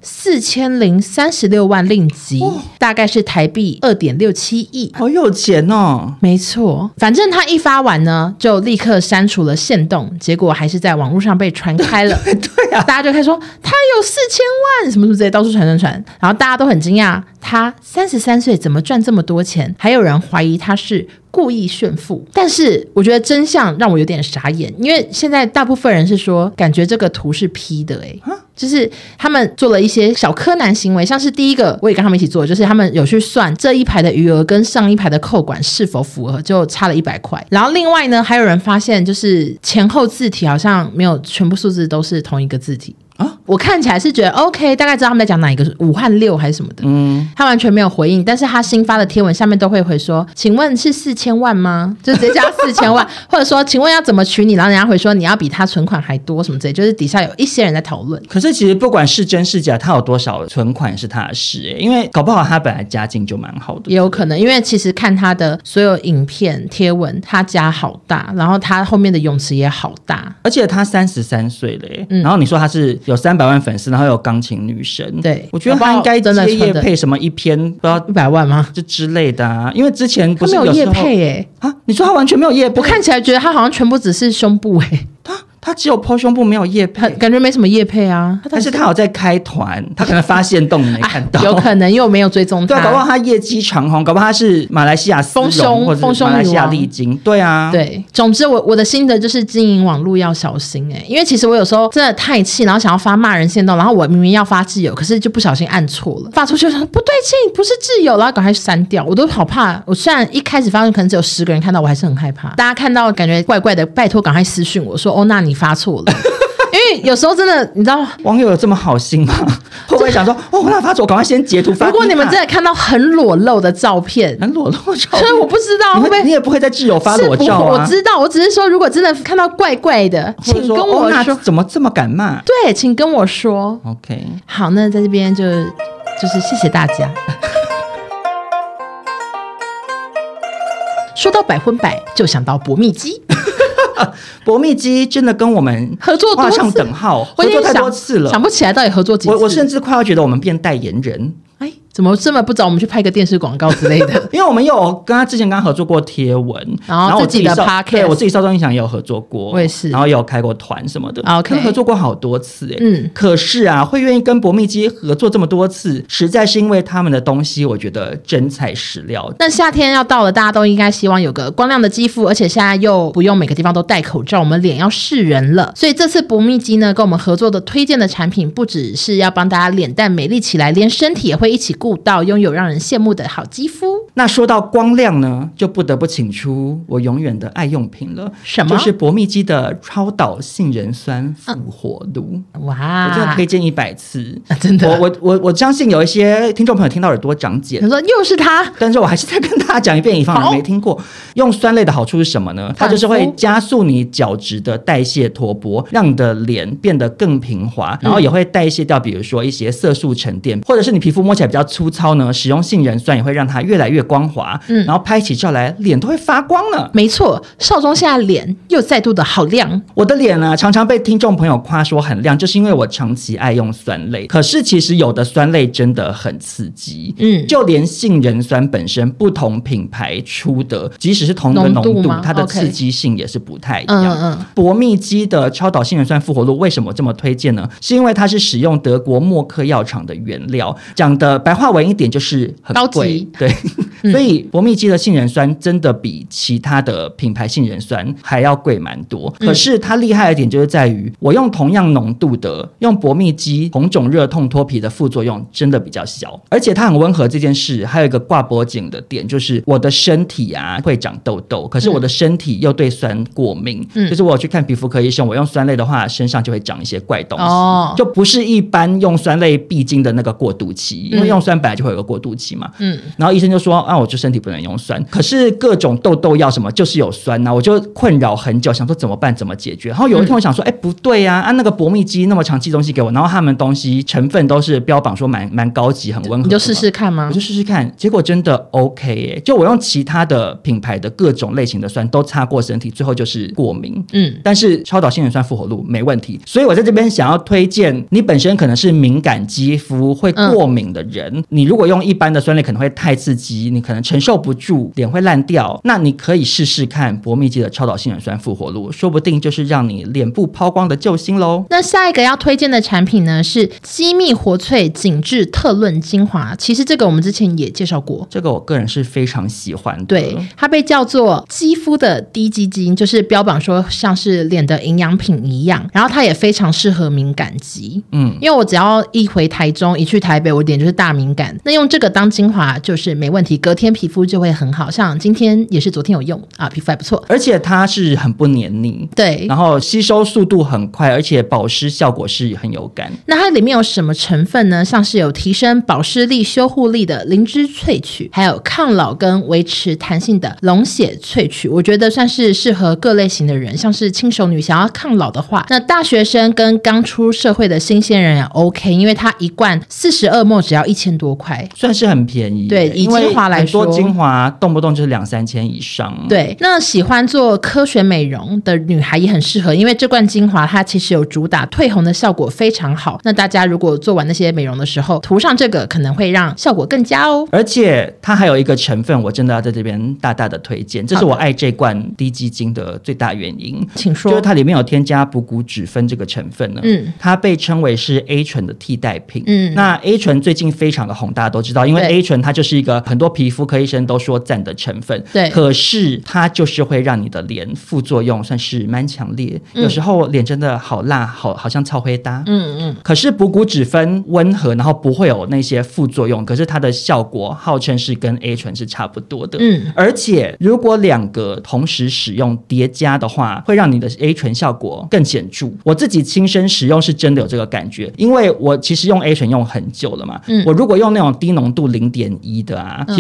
Speaker 3: 4036万令吉，大概是台币2.67亿。
Speaker 2: 好有钱哦。
Speaker 3: 没错，反正他一发完呢，就立刻删除了限动，结果还是在网络上被传开了。
Speaker 2: 对啊，
Speaker 3: 大家就开始说他有4000万什么什么之类，到处传，然后大家都很惊讶，他33岁怎么赚这么多钱？还有人怀疑他是故意炫富，但是我觉得真相让我有点傻眼，因为现在大部分人是说感觉这个图是 P 的就是他们做了一些小柯南行为，像是第一个我也跟他们一起做，就是他们有去算这一排的余额跟上一排的扣款是否符合，就差了100块。然后另外呢，还有人发现就是前后字体好像没有全部数字都是同一个字体我看起来是觉得 OK， 大概知道他们在讲哪一个5和6还是什么的他完全没有回应，但是他新发的贴文下面都会回说请问是4000万吗？就直接加4000万或者说请问要怎么取你，然后人家回说你要比他存款还多什么之类，就是底下有一些人在讨论。
Speaker 2: 可是其实不管是真是假，他有多少存款是他的事因为搞不好他本来家境就蛮好的。
Speaker 3: 也有可能，因为其实看他的所有影片贴文，他家好大，然后他后面的泳池也好大，
Speaker 2: 而且他33岁了然后你说他是有300万粉丝，然后有钢琴女神，
Speaker 3: 对，
Speaker 2: 我觉得他应该接业配什么一篇不知道
Speaker 3: 100万吗？
Speaker 2: 就之类的因为之前不是
Speaker 3: 他没有业配
Speaker 2: 你说他完全没有业配？
Speaker 3: 我看起来觉得他好像全部只是胸部
Speaker 2: 他只有 po 胸部没有业配，
Speaker 3: 感觉没什么业配
Speaker 2: 但是他有在开团，他可能发现动你没看到
Speaker 3: 有可能，因为我没有追踪他。
Speaker 2: 对，搞不好他业绩长红，搞不好他是马来西亚丝绒或者马来西亚丽晶。对啊，
Speaker 3: 对，总之我的心得就是经营网络要小心因为其实我有时候真的太气，然后想要发骂人限动，然后我明明要发挚友，可是就不小心按错了，发出去想不对劲，不是挚友，然后赶快删掉。我都好怕，我虽然一开始发现可能只有10个人看到，我还是很害怕。大家看到感觉怪怪的，拜托赶快私讯我说那你发错了。因为有时候真的你知道
Speaker 2: 网友有这么好心吗？会不会想说那发错，赶快先截图发？
Speaker 3: 如果你们真的看到很裸露的照片，
Speaker 2: 很裸露照片，
Speaker 3: 所以我不知道会不会
Speaker 2: 你也不会在挚友发裸照
Speaker 3: 我知道，我只是说如果真的看到怪怪的，请跟我说
Speaker 2: 怎么这么敢骂？
Speaker 3: 对，请跟我说。
Speaker 2: OK，
Speaker 3: 好，那在这边就是谢谢大家。说到百分百就想到博蜜鸡
Speaker 2: 博蜜肌真的跟我们
Speaker 3: 合作多次
Speaker 2: 画上等号，合作太多次了，
Speaker 3: 想不起来到底合作几次。
Speaker 2: 我甚至快要觉得我们变代言人。
Speaker 3: 哎，怎么这么不找我们去拍个电视广告之类的？
Speaker 2: 因为我们有跟他之前跟他合作过贴文，
Speaker 3: 然后自己的 podcast，
Speaker 2: 对我自己少中音响也有合作过，
Speaker 3: 我也是，
Speaker 2: 然后也有开过团什么的
Speaker 3: ，OK，
Speaker 2: 合作过好多次可是啊，会愿意跟博蜜肌合作这么多次，实在是因为他们的东西，我觉得真材实料。
Speaker 3: 那夏天要到了，大家都应该希望有个光亮的肌肤，而且现在又不用每个地方都戴口罩，我们脸要示人了。所以这次博蜜肌呢，跟我们合作的推荐的产品，不只是要帮大家脸蛋美丽起来，连身体也会一起顾到，拥有让人羡慕的好肌肤。
Speaker 2: 那说到光亮呢，就不得不请出我永远的爱用品了，
Speaker 3: 什么？
Speaker 2: 就是博蜜肌的超导杏仁酸复活露。
Speaker 3: 哇，
Speaker 2: 我真的推荐100次，
Speaker 3: 真的。
Speaker 2: 我相信有一些听众朋友听到耳朵长茧，
Speaker 3: 他说又是他，
Speaker 2: 但是我还是再跟大家讲一遍，以防人没听过。用酸类的好处是什么呢？它就是会加速你角质的代谢脱剥，让你的脸变得更平滑，然后也会代谢掉比如说一些色素沉淀，或者是你皮肤摸起来比较粗糙呢，使用杏仁酸也会让它越来越光滑，然后拍起照来脸都会发光了。
Speaker 3: 没错，少中现在脸又再度的好亮。
Speaker 2: 我的脸呢，常常被听众朋友夸说很亮，就是因为我长期爱用酸类。可是其实有的酸类真的很刺激，就连杏仁酸本身不同品牌出的，即使是同一个浓度，它的刺激性也是不太一样。博蜜肌的超导杏仁酸复活露为什么这么推荐呢？是因为它是使用德国默克药厂的原料，讲的白话文一点就是很贵，高级，对。所以博蜜肌的杏仁酸真的比其他的品牌杏仁酸还要贵蛮多，可是它厉害的点就是在于我用同样浓度的用博蜜肌，红肿热痛脱皮的副作用真的比较小，而且它很温和。这件事还有一个挂脖颈的点，就是我的身体啊会长痘痘，可是我的身体又对酸过敏，就是我有去看皮肤科医生，我用酸类的话身上就会长一些怪东西，就不是一般用酸类必经的那个过渡期，因为用酸本来就会有个过渡期嘛，然后医生就说我就身体不能用酸，可是各种痘痘药什么就是有酸啊，我就困扰很久，想说怎么办怎么解决。然后有一天我想说不对啊，那个博蜜肌那么常寄东西给我，然后他们东西成分都是标榜说蛮高级很温和的，
Speaker 3: 你就试试看吗？
Speaker 2: 我就试试看，结果真的 OK 耶，就我用其他的品牌的各种类型的酸都擦过身体，最后就是过敏，但是超导杏仁酸复活露没问题。所以我在这边想要推荐你本身可能是敏感肌肤会过敏的人，你如果用一般的酸类可能会太刺激，你可能承受不住，脸会烂掉，那你可以试试看博蜜肌的超导杏仁酸复活露，说不定就是让你脸部抛光的救星咯。
Speaker 3: 那下一个要推荐的产品呢是肌密活萃紧致特润精华，其实这个我们之前也介绍过，
Speaker 2: 这个我个人是非常喜欢的。
Speaker 3: 对，它被叫做肌肤的低基金，就是标榜说像是脸的营养品一样，然后它也非常适合敏感肌，因为我只要一回台中一去台北，我脸就是大敏感，那用这个当精华就是没问题，隔天皮肤就会很好，像今天也是昨天有用啊，皮肤还不错，
Speaker 2: 而且它是很不黏腻，
Speaker 3: 对，
Speaker 2: 然后吸收速度很快，而且保湿效果是很有感。
Speaker 3: 那它里面有什么成分呢？像是有提升保湿力修护力的灵芝萃取，还有抗老跟维持弹性的龙血萃取，我觉得算是适合各类型的人，像是轻熟女想要抗老的话，那大学生跟刚出社会的新鲜人也 OK， 因为它一罐42ml只要1000多块，
Speaker 2: 算是很便宜。
Speaker 3: 对，以精华来说，
Speaker 2: 很多精华动不动就是2-3千以上。
Speaker 3: 对，那喜欢做科学美容的女孩也很适合，因为这罐精华它其实有主打褪红的效果非常好，那大家如果做完那些美容的时候涂上这个，可能会让效果更佳哦。
Speaker 2: 而且它还有一个成分我真的要在这边大大的推荐，这是我爱这罐低基精的最大原因，
Speaker 3: 请说。
Speaker 2: 就是它里面有添加补骨脂酚这个成分呢，它被称为是 A 醇的替代品。那 A 醇最近非常的红，大家都知道，因为 A 醇它就是一个很多皮肤科医生都说赞的成分，
Speaker 3: 对，
Speaker 2: 可是它就是会让你的脸副作用算是蛮强烈，有时候脸真的好辣，好像超灰搭。可是补骨脂酚温和，然后不会有那些副作用，可是它的效果号称是跟 A 醇是差不多的。而且如果2个同时使用叠加的话，会让你的 A 醇效果更显著。我自己亲身使用是真的有这个感觉，因为我其实用 A 醇用很久了嘛，我如果用那种低浓度0.1的啊，其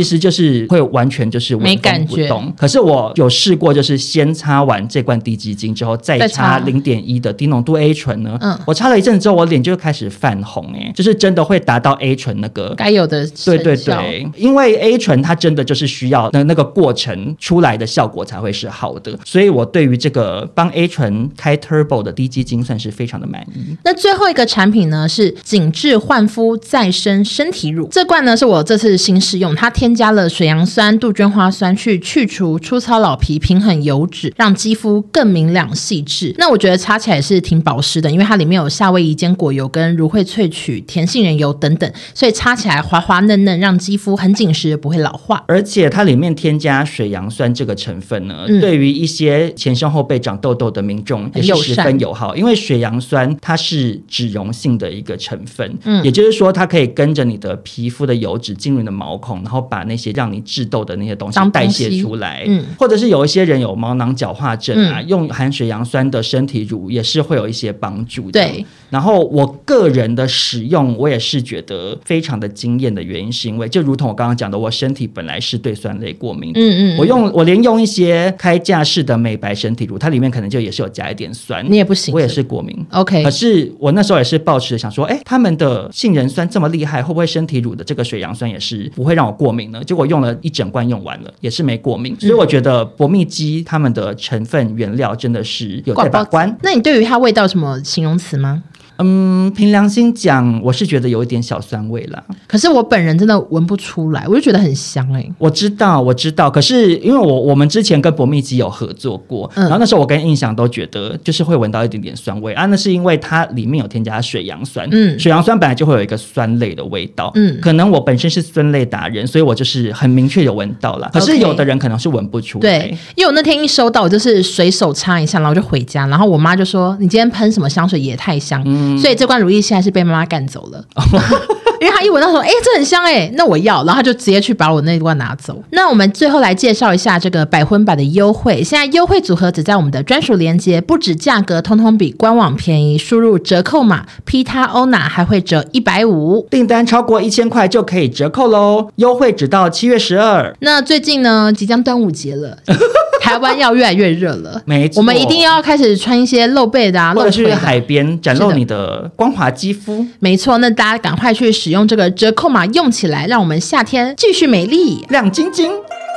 Speaker 2: 实就是会完全就是
Speaker 3: 没感觉。
Speaker 2: 可是我有试过，就是先擦完这罐滴肌精之后，再擦0.1的低浓度 A 醇呢。我擦了一阵子之后，我脸就开始泛红，就是真的会达到 A 醇那个
Speaker 3: 该有的成效。
Speaker 2: 对，因为 A 醇它真的就是需要那个过程出来的效果才会是好的，所以我对于这个帮 A 醇开 Turbo 的滴肌精算是非常的满意。
Speaker 3: 那最后一个产品呢是紧致焕肤再生身体乳，这罐呢是我这次新试用，它添加了水杨酸、杜鹃花酸去除粗糙老皮，平衡油脂，让肌肤更明亮细致。那我觉得擦起来是挺保湿的，因为它里面有夏威夷坚果油跟芦荟萃取、甜杏仁油等等，所以擦起来滑滑嫩嫩，让肌肤很紧实，不会老化。
Speaker 2: 而且它里面添加水杨酸这个成分呢，对于一些前胸后背长痘痘的民众也是十分友好，因为水杨酸它是脂溶性的一个成分，也就是说它可以跟着你的皮肤的油脂进入你的毛孔，然后把那些让你致痘的那些东西代谢出来。或者是有一些人有毛囊角化症啊，用含水杨酸的身体乳也是会有一些帮助的。
Speaker 3: 对，
Speaker 2: 然后我个人的使用，我也是觉得非常的惊艳的原因，是因为就如同我刚刚讲的，我身体本来是对酸类过敏的，我连用一些开架式的美白身体乳，它里面可能就也是有加一点酸，
Speaker 3: 你也不行，
Speaker 2: 我也是过敏。
Speaker 3: OK，
Speaker 2: 可是我那时候也是抱持想说，他们的杏仁酸这么厉害，会不会身体乳的这个水杨酸也是不会让我过敏呢？结果用了一整罐用完了，也是没过敏。所以我觉得博蜜肌他们的成分原料真的是有在把关。
Speaker 3: 那你对于它味道有什么形容词吗？
Speaker 2: 凭良心讲，我是觉得有一点小酸味啦。
Speaker 3: 可是我本人真的闻不出来，我就觉得很香
Speaker 2: 我知道。可是因为我们之前跟博蜜肌有合作过，然后那时候我跟印象都觉得就是会闻到一点点酸味啊。那是因为它里面有添加水杨酸，水杨酸本来就会有一个酸类的味道，可能我本身是酸类达人，所以我就是很明确有闻到了。可是有的人可能是闻不出来。
Speaker 3: 对，因为我那天一收到，我就是随手擦一下，然后就回家，然后我妈就说：“你今天喷什么香水也太香。”所以这罐乳液现在是被妈妈赶走了。因为他一闻到说，这很香那我要，然后他就直接去把我那罐拿走。那我们最后来介绍一下这个百分百的优惠，现在优惠组合只在我们的专属链接，不止价格通通比官网便宜，输入折扣码 PITAONA 还会折150，
Speaker 2: 订单超过1000块就可以折扣咯，优惠直到7月12。
Speaker 3: 那最近呢，即将端午节了。台湾要越来越热了，
Speaker 2: 没错，
Speaker 3: 我们一定要开始穿一些露背的
Speaker 2: 或者去海边展露你的光滑肌肤。
Speaker 3: 没错，那大家赶快去使用这个折扣码用起来，让我们夏天继续美丽
Speaker 2: 亮晶晶。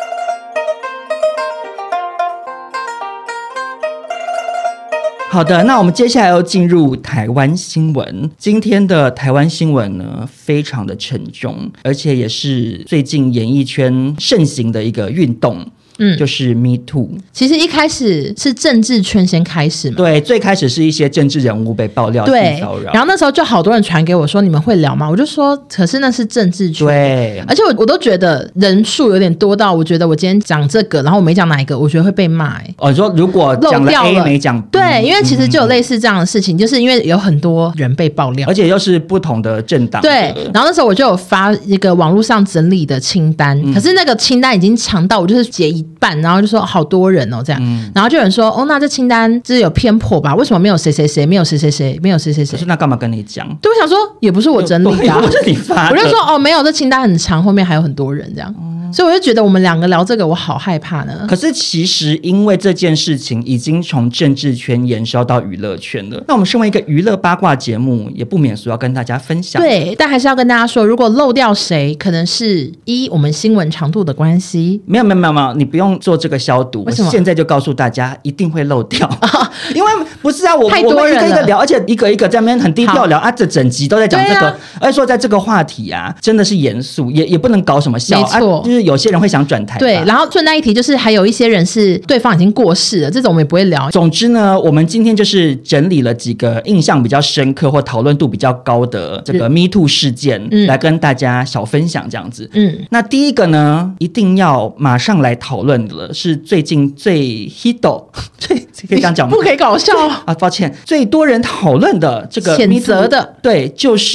Speaker 2: 好的，那我们接下来要进入台湾新闻。今天的台湾新闻呢，非常的沉重，而且也是最近演艺圈盛行的一个运动。就是 Me Too。
Speaker 3: 其实一开始是政治圈先开始嘛，
Speaker 2: 对，最开始是一些政治人物被爆料性骚扰，
Speaker 3: 然后那时候就好多人传给我说你们会聊吗？我就说可是那是政治圈，
Speaker 2: 对，
Speaker 3: 而且我都觉得人数有点多到我觉得我今天讲这个，然后我没讲哪一个，我觉得会被骂
Speaker 2: 你说如果讲了 A 没讲 B，
Speaker 3: 对，因为其实就有类似这样的事情，就是因为有很多人被爆料，
Speaker 2: 而且又是不同的政党，
Speaker 3: 对，然后那时候我就有发一个网络上整理的清单，可是那个清单已经长到我就是截一半，然后就说好多人这样，然后就有人说那这清单就是有偏颇吧？为什么没有谁谁谁，没有谁谁谁，没有谁谁谁？
Speaker 2: 可是那干嘛跟你讲？
Speaker 3: 对，我想说也不是我整理的，
Speaker 2: 不是你发的，
Speaker 3: 我就说没有，这清单很长，后面还有很多人这样。所以我就觉得我们两个聊这个我好害怕呢。
Speaker 2: 可是其实因为这件事情已经从政治圈延烧到娱乐圈了，那我们身为一个娱乐八卦节目，也不免俗要跟大家分享。
Speaker 3: 对，但还是要跟大家说，如果漏掉谁，可能是我们新闻长度的关系。
Speaker 2: 没有，你不用做这个消毒，
Speaker 3: 为什么？
Speaker 2: 现在就告诉大家一定会漏掉，因为不是啊，我们一个一个聊，而且一个一个在那边很低调聊这整集都在讲这个，而且说在这个话题真的是严肃，也不能搞什么笑，
Speaker 3: 没错，
Speaker 2: 就是有些人会想转台。
Speaker 3: 对，然后顺带一提，就是还有一些人是对方已经过世了，这种我们也不会聊。
Speaker 2: 总之呢，我们今天就是整理了几个印象比较深刻或讨论度比较高的这个 Me Too 事件，来跟大家小分享这样子。那第一个呢，一定要马上来讨论的是最近最 hit 可以这样讲吗？
Speaker 3: 不可以搞笑
Speaker 2: 啊，抱歉，最多人讨论的这个
Speaker 3: 谴责的，
Speaker 2: 对，就是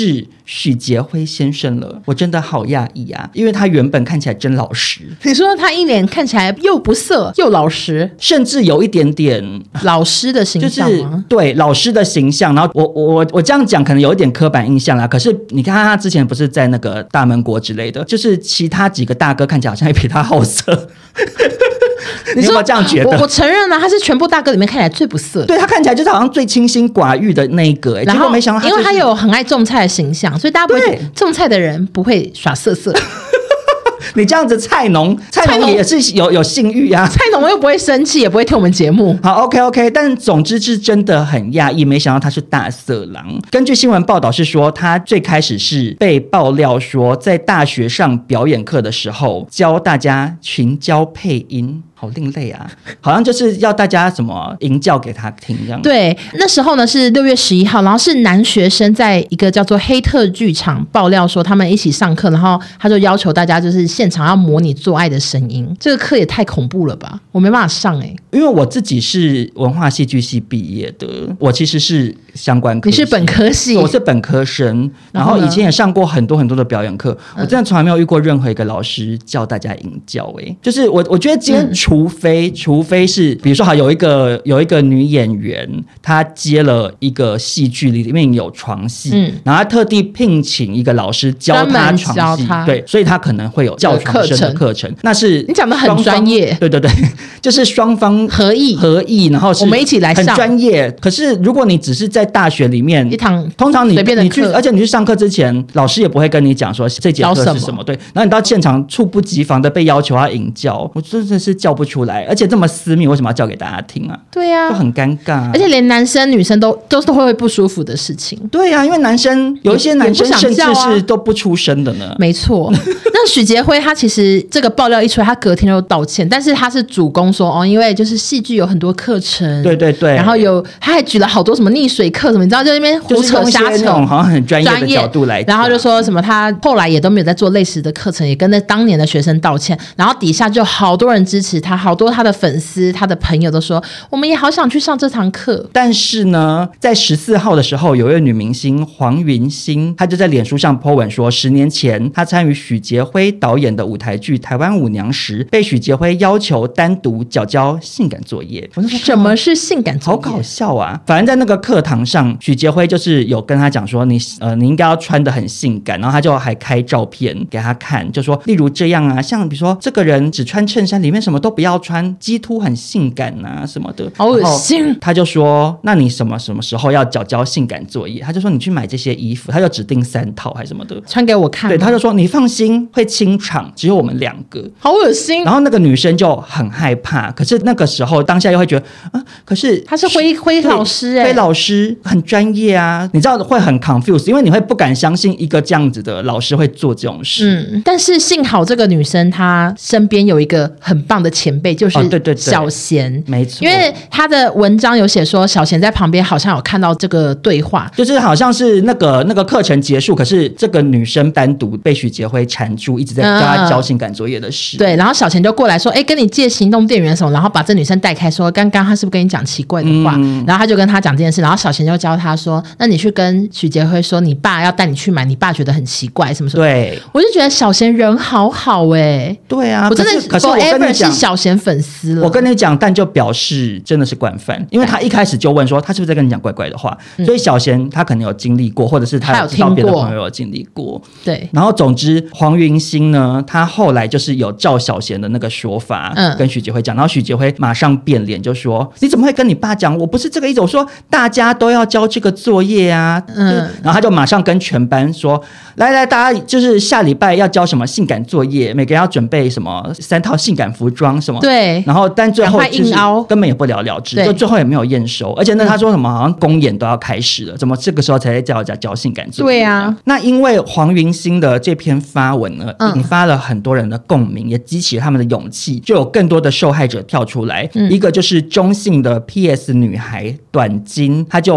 Speaker 2: 许杰辉先生了，我真的好讶异啊，因为他原本看起来真老实。
Speaker 3: 你说他一脸看起来又不色又老实，
Speaker 2: 甚至有一点点
Speaker 3: 老师的形象吗？
Speaker 2: 就是对老师的形象。然后我这样讲可能有一点刻板印象啦，可是你看他之前不是在那个大闷锅之类的，就是其他几个大哥看起来好像也比他好色。你有没有这样觉得？
Speaker 3: 我承认了，他是全部大哥里面看起来最不色的。
Speaker 2: 对，他看起来就是好像最清心寡欲的那一个，结果没想到他、就是，
Speaker 3: 因为他有很爱种菜的形象，所以大家不会种菜的人不会耍色色。
Speaker 2: 你这样子菜农也是有性欲啊，
Speaker 3: 菜农又不会生气，也不会听我们节目。
Speaker 2: 好 ，OK， 但总之是真的很讶异，没想到他是大色狼。根据新闻报道是说，他最开始是被爆料说，在大学上表演课的时候教大家群交配音。好另类啊，好像就是要大家什么吟叫给他听这样。
Speaker 3: 对，那时候呢是6月11号，然后是男学生在一个叫做黑特剧场爆料说他们一起上课，然后他就要求大家就是现场要模拟做爱的声音。这个课也太恐怖了吧，我没办法上因
Speaker 2: 为我自己是文化戏剧系毕业的，我其实是相关科系。
Speaker 3: 你是本科系？
Speaker 2: 我是本科生，然后以前也上过很多很多的表演课，我真的从来没有遇过任何一个老师叫大家吟叫。就是我觉得今天除非是比如说有一个女演员，她接了一个戏剧里面有床戏，然后她特地聘请一个老师教她床戏，对，所以她可能会有叫床声的课程。那是
Speaker 3: 你讲的很专业，
Speaker 2: 对，就是双方合意，然后是
Speaker 3: 我们一起来上，
Speaker 2: 很专业。可是如果你只是在大学里面
Speaker 3: 一堂
Speaker 2: 通常你
Speaker 3: 去，
Speaker 2: 而且你去上课之前，老师也不会跟你讲说这节课是什么，对。然后你到现场猝不及防的被要求要吟叫，我真的是叫不出来。而且这么私密，为什么要叫给大家听啊？
Speaker 3: 对啊，
Speaker 2: 就很尴尬。
Speaker 3: 而且连男生女生都是会不舒服的事情。
Speaker 2: 对啊，因为有一些男生甚至是都不出声的呢。
Speaker 3: 没错。那许杰辉他其实这个爆料一出来，他隔天就道歉，但是他是主攻说因为就是戏剧有很多课程，对，
Speaker 2: 然
Speaker 3: 后他还举了好多什么溺水课什么，你知道，就那边胡扯瞎扯，
Speaker 2: 那种好像很专业的角度来讲，
Speaker 3: 然后就说什么他后来也都没有在做类似的课程，也跟那当年的学生道歉，然后底下就好多人支持他，好多他的粉丝、他的朋友都说，我们也好想去上这堂课。
Speaker 2: 但是呢，在14号的时候，有一位女明星黄云欣，她就在脸书上 po 文说，10年前她参与许杰辉导演的舞台剧《台湾舞娘》时，被许杰辉要求单独缴交性感作业。我就说，
Speaker 3: 什么是性感作业？
Speaker 2: 好搞笑啊！反正在那个课堂上，许杰辉就是有跟他讲说，你应该要穿得很性感，然后他就还开照片给他看，就说例如这样啊，像比如说这个人只穿衬衫，里面什么都不要穿，鸡突很性感啊什么的，
Speaker 3: 好恶心。
Speaker 2: 他就说，那你什么时候要缴交性感作业？他就说你去买这些衣服，他就指定3套还是什么的，
Speaker 3: 穿给我看。
Speaker 2: 对，他就说你放心，会清场，只有我们2个。
Speaker 3: 好恶心。
Speaker 2: 然后那个女生就很害怕，可是那个时候当下又会觉得可是
Speaker 3: 他是辉老师
Speaker 2: 辉老师很专业啊，你知道会很 confused， 因为你会不敢相信一个这样子的老师会做这种事。
Speaker 3: 但是幸好这个女生她身边有一个很棒的前辈，就是小贤，
Speaker 2: 没错，
Speaker 3: 因为她的文章有写说小贤在旁边好像有看到这个对话，
Speaker 2: 就是好像是那个课程结束，可是这个女生单独被许杰辉缠住，一直在叫她交性感作业的事。
Speaker 3: 对，然后小贤就过来说，跟你借行动电源什么，然后把这女生带开，说刚刚她是不是跟你讲奇怪的话？然后他就跟他讲这件事，然后小贤就教他说，那你去跟许杰辉说，你爸要带你去买，你爸觉得很奇怪什么什么。
Speaker 2: 对，
Speaker 3: 我就觉得小贤人好好
Speaker 2: 对啊，
Speaker 3: 我真的
Speaker 2: 可是我跟你讲，
Speaker 3: 是小贤粉丝了。
Speaker 2: 我跟你讲，但就表示真的是惯犯，因为他一开始就问说他是不是在跟你讲怪怪的话，所以小贤他可能有经历过，或者是他有知道别的朋友有经历过。
Speaker 3: 对，
Speaker 2: 然后总之黄云欣呢，他后来就是有照小贤的那个说法，跟许杰辉讲，然后许杰辉马上变脸就说，你怎么会跟你爸讲？我不是这个意思，我说大家都要交这个作业啊。然后他就马上跟全班说，来，大家就是下礼拜要交什么性感作业，每个人要准备什么3套性感服装什么。
Speaker 3: 对，
Speaker 2: 然后但最后就是根本也不了了之，就最后也没有验收。而且呢，他说什么好像公演都要开始了，怎么这个时候才在叫人家交性感作业？
Speaker 3: 对啊。
Speaker 2: 那因为黄云欣的这篇发文呢，引发了很多人的共鸣，也激起了他们的勇气，就有更多的受害者跳出来。一个就是中性的 PS 女孩短金，她就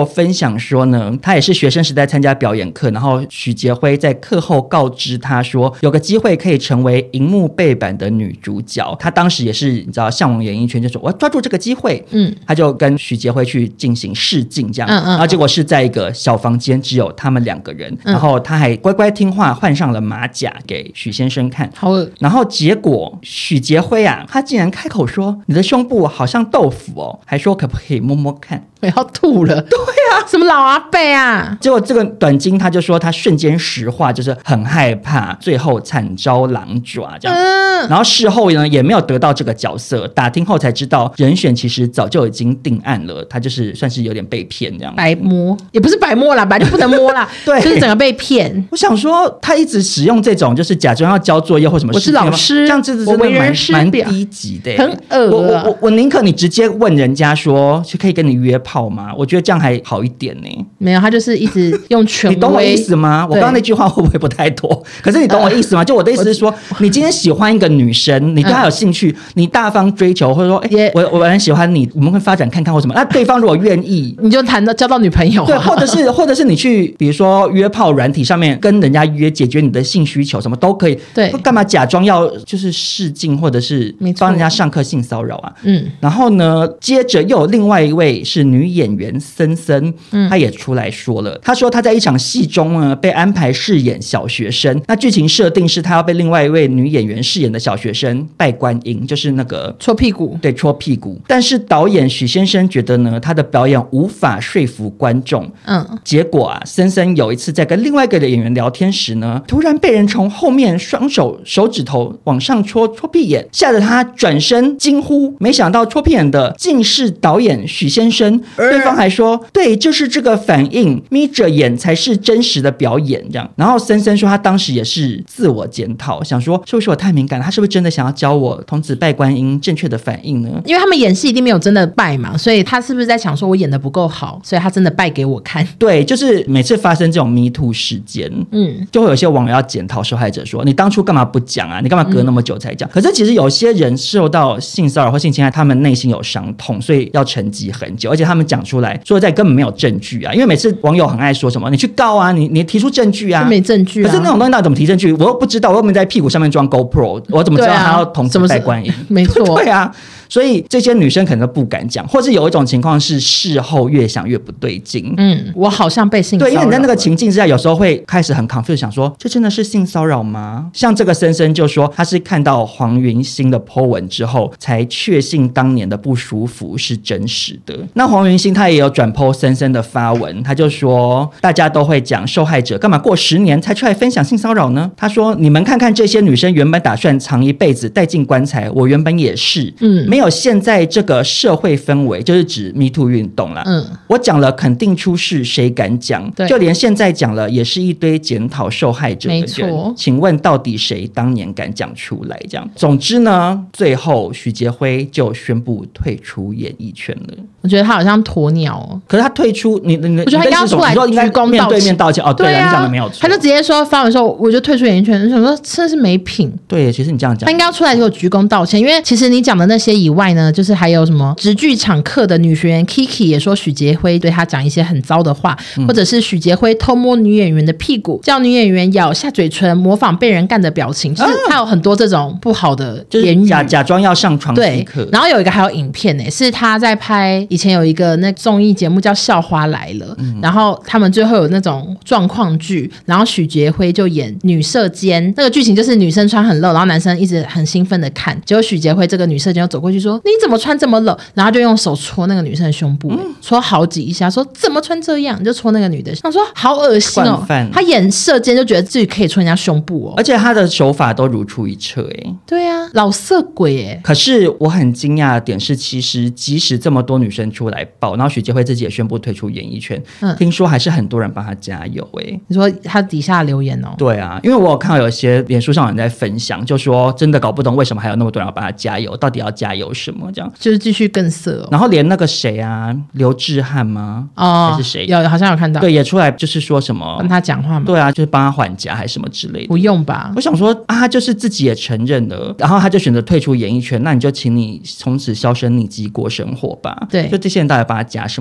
Speaker 2: 就分享说呢，他也是学生时代参加表演课，然后许杰辉在课后告知他说，有个机会可以成为荧幕背板的女主角。他当时也是你知道向往演艺圈，就说我要抓住这个机会。他就跟许杰辉去进行试镜，这样，然后结果是在一个小房间，只有他们2个人，然后他还乖乖听话，换上了马甲给许先生看。
Speaker 3: 好恶。
Speaker 2: 然后结果许杰辉啊，他竟然开口说：“你的胸部好像豆腐哦。”还说可不可以摸摸看。
Speaker 3: 我要吐了。对啊，什么老阿伯啊？
Speaker 2: 结果这个短金他就说他瞬间石化，就是很害怕，最后惨遭狼爪这样。然后事后呢也没有得到这个角色，打听后才知道人选其实早就已经定案了，他就是算是有点被骗这样。
Speaker 3: 白摸也不是白摸啦，本来就不能摸啦。
Speaker 2: 对，
Speaker 3: 就是整个被骗。
Speaker 2: 我想说他一直使用这种就是假装要交作业或什么事情，
Speaker 3: 我是老师，
Speaker 2: 这样子真的蛮低级的，
Speaker 3: 很恶。
Speaker 2: 我宁可你直接问人家说可以跟你约炮吗？我觉得这样还好一点呢。
Speaker 3: 没有，他就是一直用权威。
Speaker 2: 你懂我意思吗？我刚刚那句话会不会不太多？可是你懂我意思吗？就我的意思是说，你今天喜欢一个女生，你对她有兴趣，你大方追求，或者说，我很喜欢你，我们会发展看看或什么。那对方如果愿意，
Speaker 3: 你就交到女朋友。
Speaker 2: 对，或者是你去，比如说约炮软体上面跟人家约，解决你的性需求，什么都可以。对，干嘛假装要就是试镜，或者是帮人家上课性骚扰啊？然后呢，接着又有另外一位是女演员森森，她也出来说了，她说她在一场戏中呢被安排饰演小学生，那剧情设定是她要被另外一位女演员饰演的小学生拜观音，就是那个
Speaker 3: 戳屁股，
Speaker 2: 对，戳屁股。但是导演许先生觉得呢，他的表演无法说服观众。结果啊，森森有一次在跟另外一个的演员聊天时呢，突然被人从后面双手指头往上戳屁眼，吓得他转身惊呼，没想到戳屁眼的竟是导演许先生。对方还说，对，就是这个反应，眯着眼才是真实的表演这样。然后森森说他当时也是自我检讨，想说是不是我太敏感了，他是不是真的想要教我童子拜观音正确的反应呢？
Speaker 3: 因为他们演戏一定没有真的拜嘛，所以他是不是在想说我演的不够好，所以他真的拜给我看？
Speaker 2: 对，就是每次发生这种 Me Too 事件，就会有些网友要检讨受害者说，你当初干嘛不讲啊？你干嘛隔那么久才讲？可是其实有些人受到性骚扰或性侵害，他们内心有伤痛，所以要沉积很久，而且他们讲出来说在根本没有证据啊。因为每次网友很爱说什么，你去告啊，你提出证据啊，
Speaker 3: 没证据啊。
Speaker 2: 可是那种东西到底怎么提证据？我又不知道，我又没在屁股上面装 GoPro， 我怎么知道他要童子拜观音？
Speaker 3: 没错，
Speaker 2: 对啊。所以这些女生可能都不敢讲，或是有一种情况是事后越想越不对劲。
Speaker 3: 我好像被性骚扰。
Speaker 2: 对，因为你在那个情境之下，有时候会开始很 confused， 想说这真的是性骚扰吗？像这个森森就说，他是看到黄云欣的 po 文之后，才确信当年的不舒服是真实的。那黄云欣他也有转 po 森森的发文，他就说大家都会讲受害者干嘛过10年才出来分享性骚扰呢？他说你们看看这些女生原本打算藏一辈子带进棺材，我原本也是，没有现在这个社会氛围，就是指 Me Too 运动啦。我讲了肯定出事，谁敢讲？就连现在讲了也是一堆检讨受害者的人。没错，请问到底谁当年敢讲出来？这样，总之呢，最后许杰辉就宣布退出演艺圈了。
Speaker 3: 我觉得他好像鸵鸟哦。
Speaker 2: 可是他退出，我
Speaker 3: 觉得他应该要出来鞠躬
Speaker 2: 面对面道歉。哦，对啊，你讲的没有错。
Speaker 3: 他就直接说发文说我就退出演艺圈，想说真的是没品。
Speaker 2: 对，其实你这样讲，
Speaker 3: 他应该要出来给我鞠躬道歉，因为其实你讲的那些以外呢，就是还有什么直剧场课的女学员 Kiki 也说许杰辉对他讲一些很糟的话，或者是许杰辉偷摸女演员的屁股，叫女演员咬下嘴唇，模仿被人干的表情，就是他有很多这种不好的言语，
Speaker 2: 就是假装要上床即可。
Speaker 3: 然后有一个还有影片呢，是他在拍以前有一个那综艺节目叫《校花来了》，然后他们最后有那种状况剧，然后许杰辉就演女舍监，那个剧情就是女生穿很露，然后男生一直很兴奋的看，结果许杰辉这个女舍监就走过去说你怎么穿这么露，然后就用手戳那个女生的胸部，戳好几下，说怎么穿这样，就戳那个女的，想说好恶心哦。他演射箭就觉得自己可以戳人家胸部哦，
Speaker 2: 而且他的手法都如出一辙哎。
Speaker 3: 对啊，老色鬼哎。
Speaker 2: 可是我很惊讶的点是，其实即使这么多女生出来爆，然后许杰辉自己也宣布退出演艺圈，听说还是很多人帮他加油哎。
Speaker 3: 你说他底下留言哦？
Speaker 2: 对啊，因为我有看到有些脸书上有人在分享，就说真的搞不懂为什么还有那么多人要帮他加油，到底要加油什么这样？
Speaker 3: 就是继续更色哦。
Speaker 2: 然后连那个谁啊，刘志汉吗？还是谁？
Speaker 3: 有好像有看到，
Speaker 2: 对，也出来就是说什么
Speaker 3: 帮他讲话吗？
Speaker 2: 对啊，就是帮他缓颊还是什么之类的。
Speaker 3: 不用吧？
Speaker 2: 我想说啊，他就是自己也承认了，然后他就选择退出演艺圈，那你就请你从此销声匿迹过生活吧。
Speaker 3: 对，
Speaker 2: 就这些人到底帮他加什么油？真的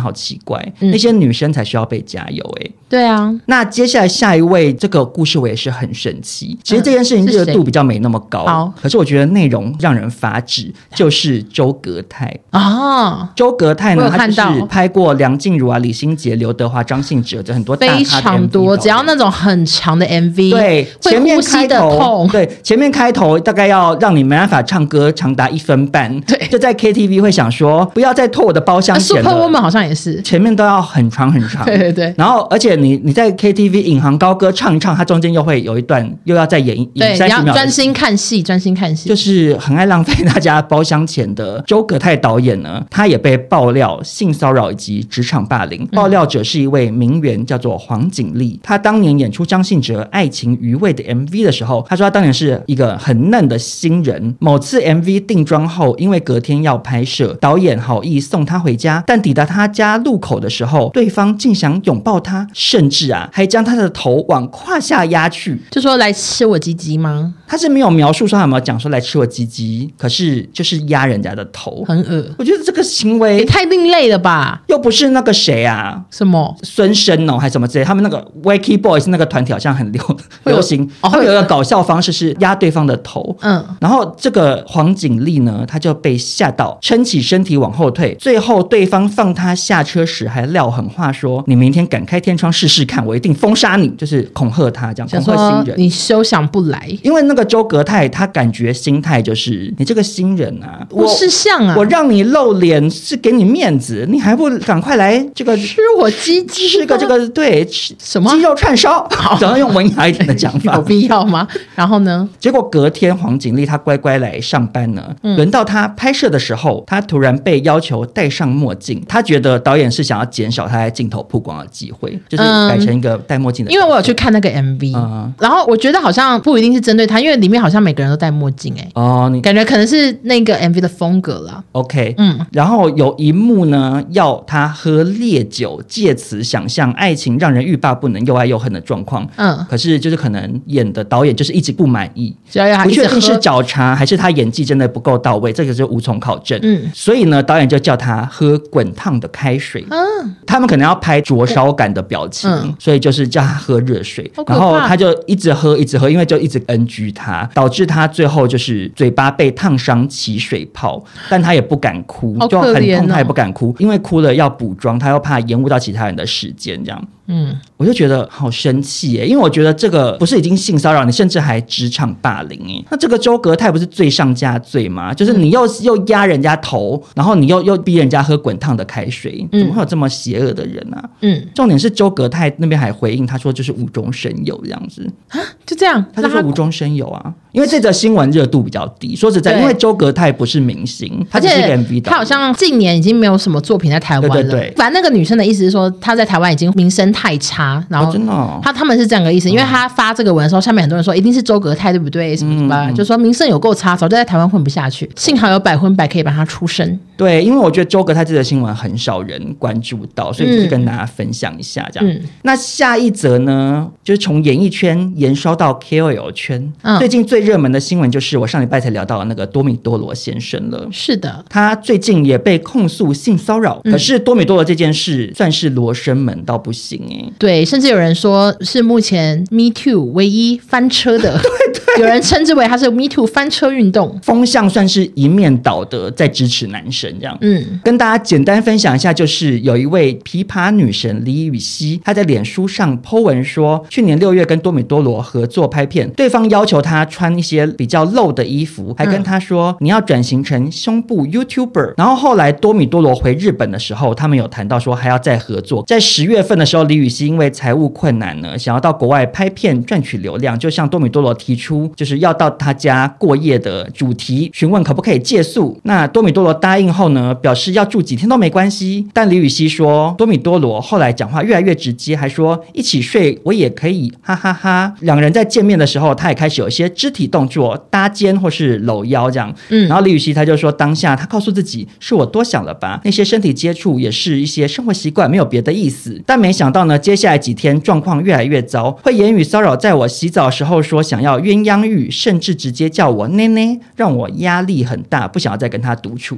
Speaker 2: 的好奇怪，那些女生才需要被加油
Speaker 3: 对啊。
Speaker 2: 那接下来下一位，这个故事我也是很生气。其实这件事情热度比较没那么高，可是我觉得内容让人发指，就是周格泰周格泰呢，他就是拍过梁静茹啊、李心洁、刘德华、张信哲这很多大咖的 MV
Speaker 3: 非常多，只要那种很长的 MV，
Speaker 2: 对，前面开头对，前面开头大概要让你没办法唱歌长达1分半，对，就在 KTV 会想说不要再拖我的包厢钱了。
Speaker 3: Superwoman 好像也是，
Speaker 2: 前面都要很长很长，
Speaker 3: 对。
Speaker 2: 然后而且你在 KTV 引吭高歌唱一唱，它中间又会有一段又要再演30秒，你要
Speaker 3: 专心看戏，
Speaker 2: 就是很爱浪费大家包厢钱的周格泰导演呢，他也被爆料性骚扰以及职场霸凌。爆料者是一位名媛，叫做黄景丽。他当年演出张信哲《爱情余味》的 MV 的时候，他说他当年是一个很嫩的新人。某次 MV 定妆后，因为隔天要拍摄，导演好意送他回家，但抵达他家路口的时候，对方竟想拥抱他，甚至还将他的头往胯下压去，
Speaker 3: 就说来吃我鸡鸡吗？
Speaker 2: 他是没有描述说他有没有讲说来吃我鸡鸡，可是就是压人家的头，
Speaker 3: 很恶。
Speaker 2: 我觉得这个行为
Speaker 3: 也太另类了吧？
Speaker 2: 又不是那个谁啊，
Speaker 3: 什么
Speaker 2: 孙生还是什么之类，他们那个 Wacky Boys 那个团体好像很流行，他们有一个搞笑方式是压对方的头，然后这个黄景丽呢，他就被吓到，撑起身体往后退，最后对方放他下车时还撂狠话说：“你明天敢开天窗试试看，我一定封杀你。”就是恐吓他，这样恐吓新人，
Speaker 3: 你休想不来。
Speaker 2: 因为那个周格泰他感觉心态就是你这个新人啊，
Speaker 3: 不识相啊，
Speaker 2: 我让你露脸是给你面子，你还不赶快来这个
Speaker 3: 吃我鸡鸡，
Speaker 2: 吃个这个对什么鸡肉串烧，只要用文雅一点的讲法，
Speaker 3: 有必要吗？然后呢？
Speaker 2: 结果隔天黄景丽她乖乖来上班呢，轮到她拍摄的时候，她突然被要求戴上墨镜，她觉得导演是想要减少她在镜头曝光的机会，就是改成一个戴墨镜的。
Speaker 3: 因为我有去看那个 MV，然后我觉得好像不一定是针对她，因为里面好像每个人都戴墨镜你感觉可能是那个 MV 的风格啦。
Speaker 2: OK，然后有一幕呢，要他喝烈酒，借此想象爱情让人欲罢不能、又爱又恨的状况。可是就是可能演的导演就是一直不满意，不确定是找茬还是他演技真的不够到位，这个就无从考证。所以呢，导演就叫他喝滚烫的开水。他们可能要拍灼烧感的表情，所以就是叫他喝热水，然后他就一直喝，因为就一直 NG 他，导致他最后就是嘴巴被烫伤起水泡，但他也不敢哭，就很痛，他也不敢哭，因为哭了要补妆，他又怕延误到其他人的时间，这样。我就觉得好生气耶，因为我觉得这个不是已经性骚扰，你甚至还职场霸凌耶。那这个周格泰不是罪上加罪吗？就是你又压人家头，然后你又逼人家喝滚烫的开水，怎么会有这么邪恶的人啊？重点是周格泰那边还回应他说就是无中生有这样子
Speaker 3: 啊，就这样，
Speaker 2: 他就说无中生有啊，因为这则新闻热度比较低。说实在，因为周格泰不是明星，他只是一个 MV 导演，
Speaker 3: 他好像近年已经没有什么作品在台湾了。对，反正那个女生的意思是说，他在台湾已经名声太差，然后他们是这样的意思，因为他发这个文的时候，下面很多人说一定是周格泰对不对？什么什么，就说名声有够差，早就在台湾混不下去，幸好有百分百可以帮他出声。
Speaker 2: 对，因为我觉得周格泰这则新闻很少人关注到，所以就是跟大家分享一下这样。那下一则呢，就是从演艺圈延烧到 KOL 圈，最近最热门的新闻就是我上礼拜才聊到的那个多米多罗先生了。
Speaker 3: 是的，
Speaker 2: 他最近也被控诉性骚扰，可是多米多罗这件事算是罗生门到不行
Speaker 3: 对，甚至有人说是目前 Me Too 唯一翻车的，对，有人称之为他是 Me Too 翻车运动，
Speaker 2: 风向算是一面倒的在支持男生这样。跟大家简单分享一下，就是有一位琵琶女神李予晞，她在脸书上 po 文说，去年6月跟多米多罗合作拍片，对方要求她穿一些比较露的衣服，还跟她说你要转型成胸部 YouTuber。然后后来多米多罗回日本的时候，他们有谈到说还要再合作。在10月份的时候，李予晞因为财务困难呢，想要到国外拍片赚取流量，就向多米多罗提出就是要到他家过夜的主题，询问可不可以借宿。那多米多罗答应后呢，表示要住几天都没关系。但李予晞说，多米多罗后来讲话越来越直接，还说一起睡我也可以，哈哈哈。两人在见面的时候，他也开始有一些肢体动作，搭肩或是搂腰这样。然后李予晞他就说，当下他告诉自己是我多想了吧，那些身体接触也是一些生活习惯，没有别的意思。但没想到呢，接下来几天状况越来越糟，会言语骚扰，在我洗澡的时候说想要鸳鸯浴，甚至直接叫我奶奶，让我压力很大，不想要再跟他独处这样。然后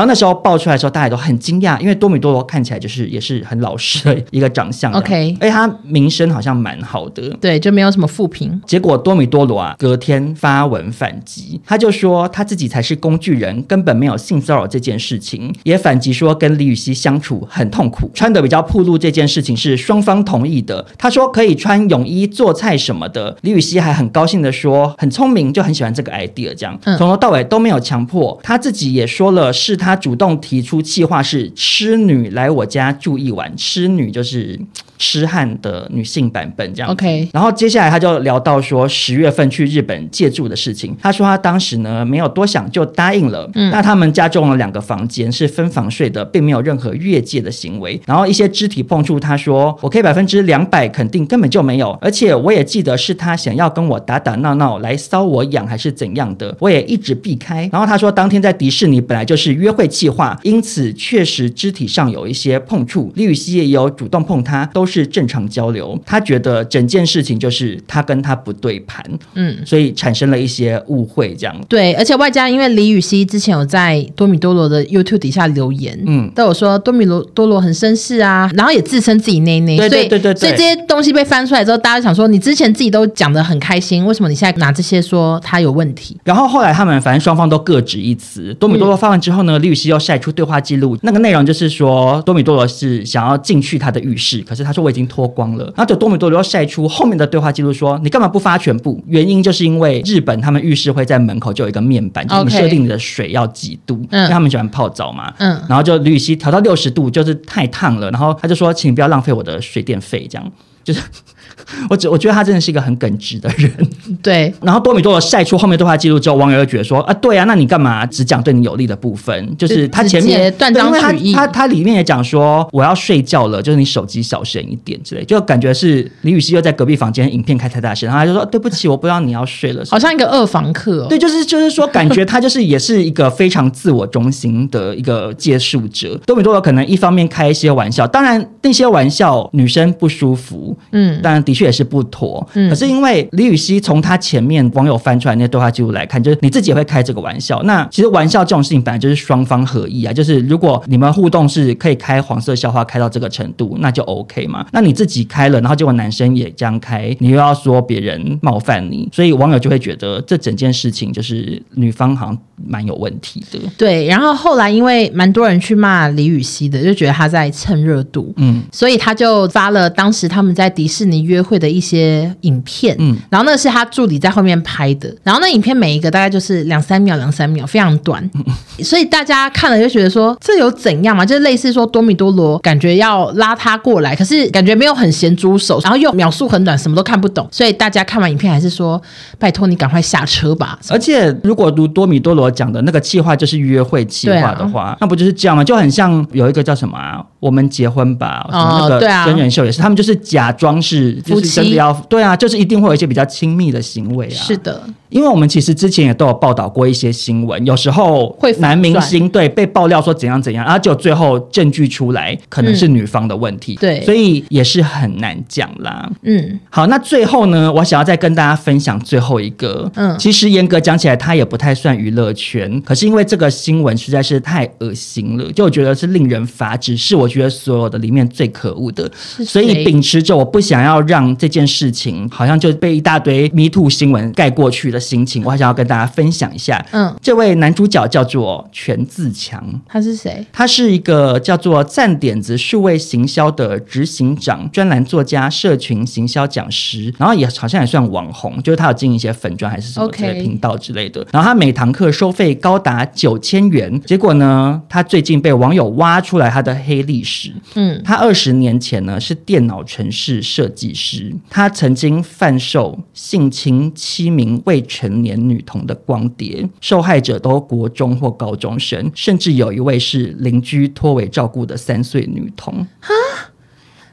Speaker 2: 后那时候爆出来的时候，大家都很惊讶，因为多米多罗看起来就是也是很老实的一个长相
Speaker 3: OK，
Speaker 2: 而且他名声好像蛮好的，
Speaker 3: 对，就没有什么负评。
Speaker 2: 结果多米多罗啊，隔天发文反击，他就说他自己才是工具人，根本没有性骚扰这件事情，也反击说跟李宇熙相处很痛苦，穿得比较暴露这件事情是双方同意的。他说可以穿泳衣做菜什么的，李宇熙还很高兴的说很聪明，就很喜欢这个 idea， 这样从头到尾都没有强迫。他自己也说了，是他主动提出企划，是痴女来我家住一晚，痴女就是痴汉的女性版本这样
Speaker 3: OK，
Speaker 2: 然后接下来他就聊到说10月份去日本借住的事情，他说他当时呢没有多想就答应了，那他们家中了2个房间是分房睡的，并没有任何越界的行为，然后一些肢体碰触，他说我可以200%肯定根本就没有，而且我也记得是他想要跟我打打闹闹来搔我痒还是怎样的，我也一直避开。然后他说当天在迪士尼本来就是约会计划，因此确实肢体上有一些碰触，李宇熙也有主动碰他，都是正常交流。他觉得整件事情就是他跟他不对盘，所以产生了一些误会这样。
Speaker 3: 对，而且外加因为李宇熙之前有在多米多罗的 YouTube 底下留言，都有说多米多罗很绅士啊，然后也自称自己内内，
Speaker 2: 对，
Speaker 3: 所以这些东西被翻出来之后，大家想说你之前自己都讲得很开心，为什么你现在拿这些说他有问题？
Speaker 2: 然后后来他们反正双方都各执一词。多米多罗发完之后呢，李宇熙又晒出对话记录，那个内容就是说多米多罗是想要进去他的浴室，可是他说我已经脱光了。然后就多米多罗又晒出后面的对话记录说你干嘛不发全部？原因就是因为日本他们浴室会在门口就有一个面板，就是你设定你的水要几度，因为他们喜欢泡澡嘛。然后就李宇熙调到60度，就是太烫了，然后他就说请不要浪费我的水电费，这样就是我觉得他真的是一个很耿直的人。
Speaker 3: 对，
Speaker 2: 然后多米多罗晒出后面对话记录之后，网友就觉得说啊，对啊，那你干嘛只讲对你有利的部分？就是他前面
Speaker 3: 断章取义，
Speaker 2: 他里面也讲说我要睡觉了，就是你手机小声一点之类，就感觉是李宇熙又在隔壁房间影片开太大声，然后他就说对不起，我不知道你要睡了，
Speaker 3: 好像一个2房客哦。
Speaker 2: 对，就是说感觉他就是也是一个非常自我中心的一个接触者。多米多罗可能一方面开一些玩笑，当然那些玩笑女生不舒服，当然的确也是不妥，可是因为李宇熙从他前面网友翻出来那些对话记录来看，就是你自己也会开这个玩笑，那其实玩笑这种事情本来就是双方合意啊，就是如果你们互动是可以开黄色笑话开到这个程度，那就 OK 嘛。那你自己开了，然后结果男生也这样开，你又要说别人冒犯你，所以网友就会觉得这整件事情就是女方好像蛮有问题的。
Speaker 3: 对，然后后来因为蛮多人去骂李宇熙的，就觉得他在蹭热度，所以他就发了当时他们在迪士尼约会的一些影片，然后那是他助理在后面拍的，然后那影片每一个大概就是2-3秒，非常短，所以大家看了就觉得说这有怎样嘛？就是类似说多米多罗感觉要拉他过来，可是感觉没有很咸猪手，然后又秒数很短，什么都看不懂，所以大家看完影片还是说拜托你赶快下车吧。
Speaker 2: 而且如果如多米多罗讲的那个企划就是约会企划的话，那不就是这样吗？就很像有一个叫什么啊，我们结婚吧，那个真人秀也是，他们就是假装是就是真的要，对啊，就是一定会有一些比较亲密的行为啊。
Speaker 3: 是的，
Speaker 2: 因为我们其实之前也都有报道过一些新闻，有时候会男明星对被爆料说怎样怎样，然后就最后证据出来可能是女方的问题，
Speaker 3: 对，
Speaker 2: 所以也是很难讲啦。好，那最后呢，我想要再跟大家分享最后一个，其实严格讲起来它也不太算娱乐圈，可是因为这个新闻实在是太恶心了，就我觉得是令人发指，是我觉得所有的里面最可恶的，所以秉持着我不想要让这件事情好像就被一大堆 Me Too 新闻盖过去的心情，我还想要跟大家分享一下。这位男主角叫做全自强，
Speaker 3: 他是谁？
Speaker 2: 他是一个叫做赞点子数位行销的执行长、专栏作家、社群行销讲师，然后也好像也算网红，就是他有经营一些粉专还是什么之类频道之类的。然后他每堂课收费高达9000元，结果呢，他最近被网友挖出来他的黑历史。他20年前呢是电脑程式设计师，他曾经贩售性侵7名未成年女童的光碟，受害者都国中或高中生，甚至有一位是邻居托为照顾的3岁女童。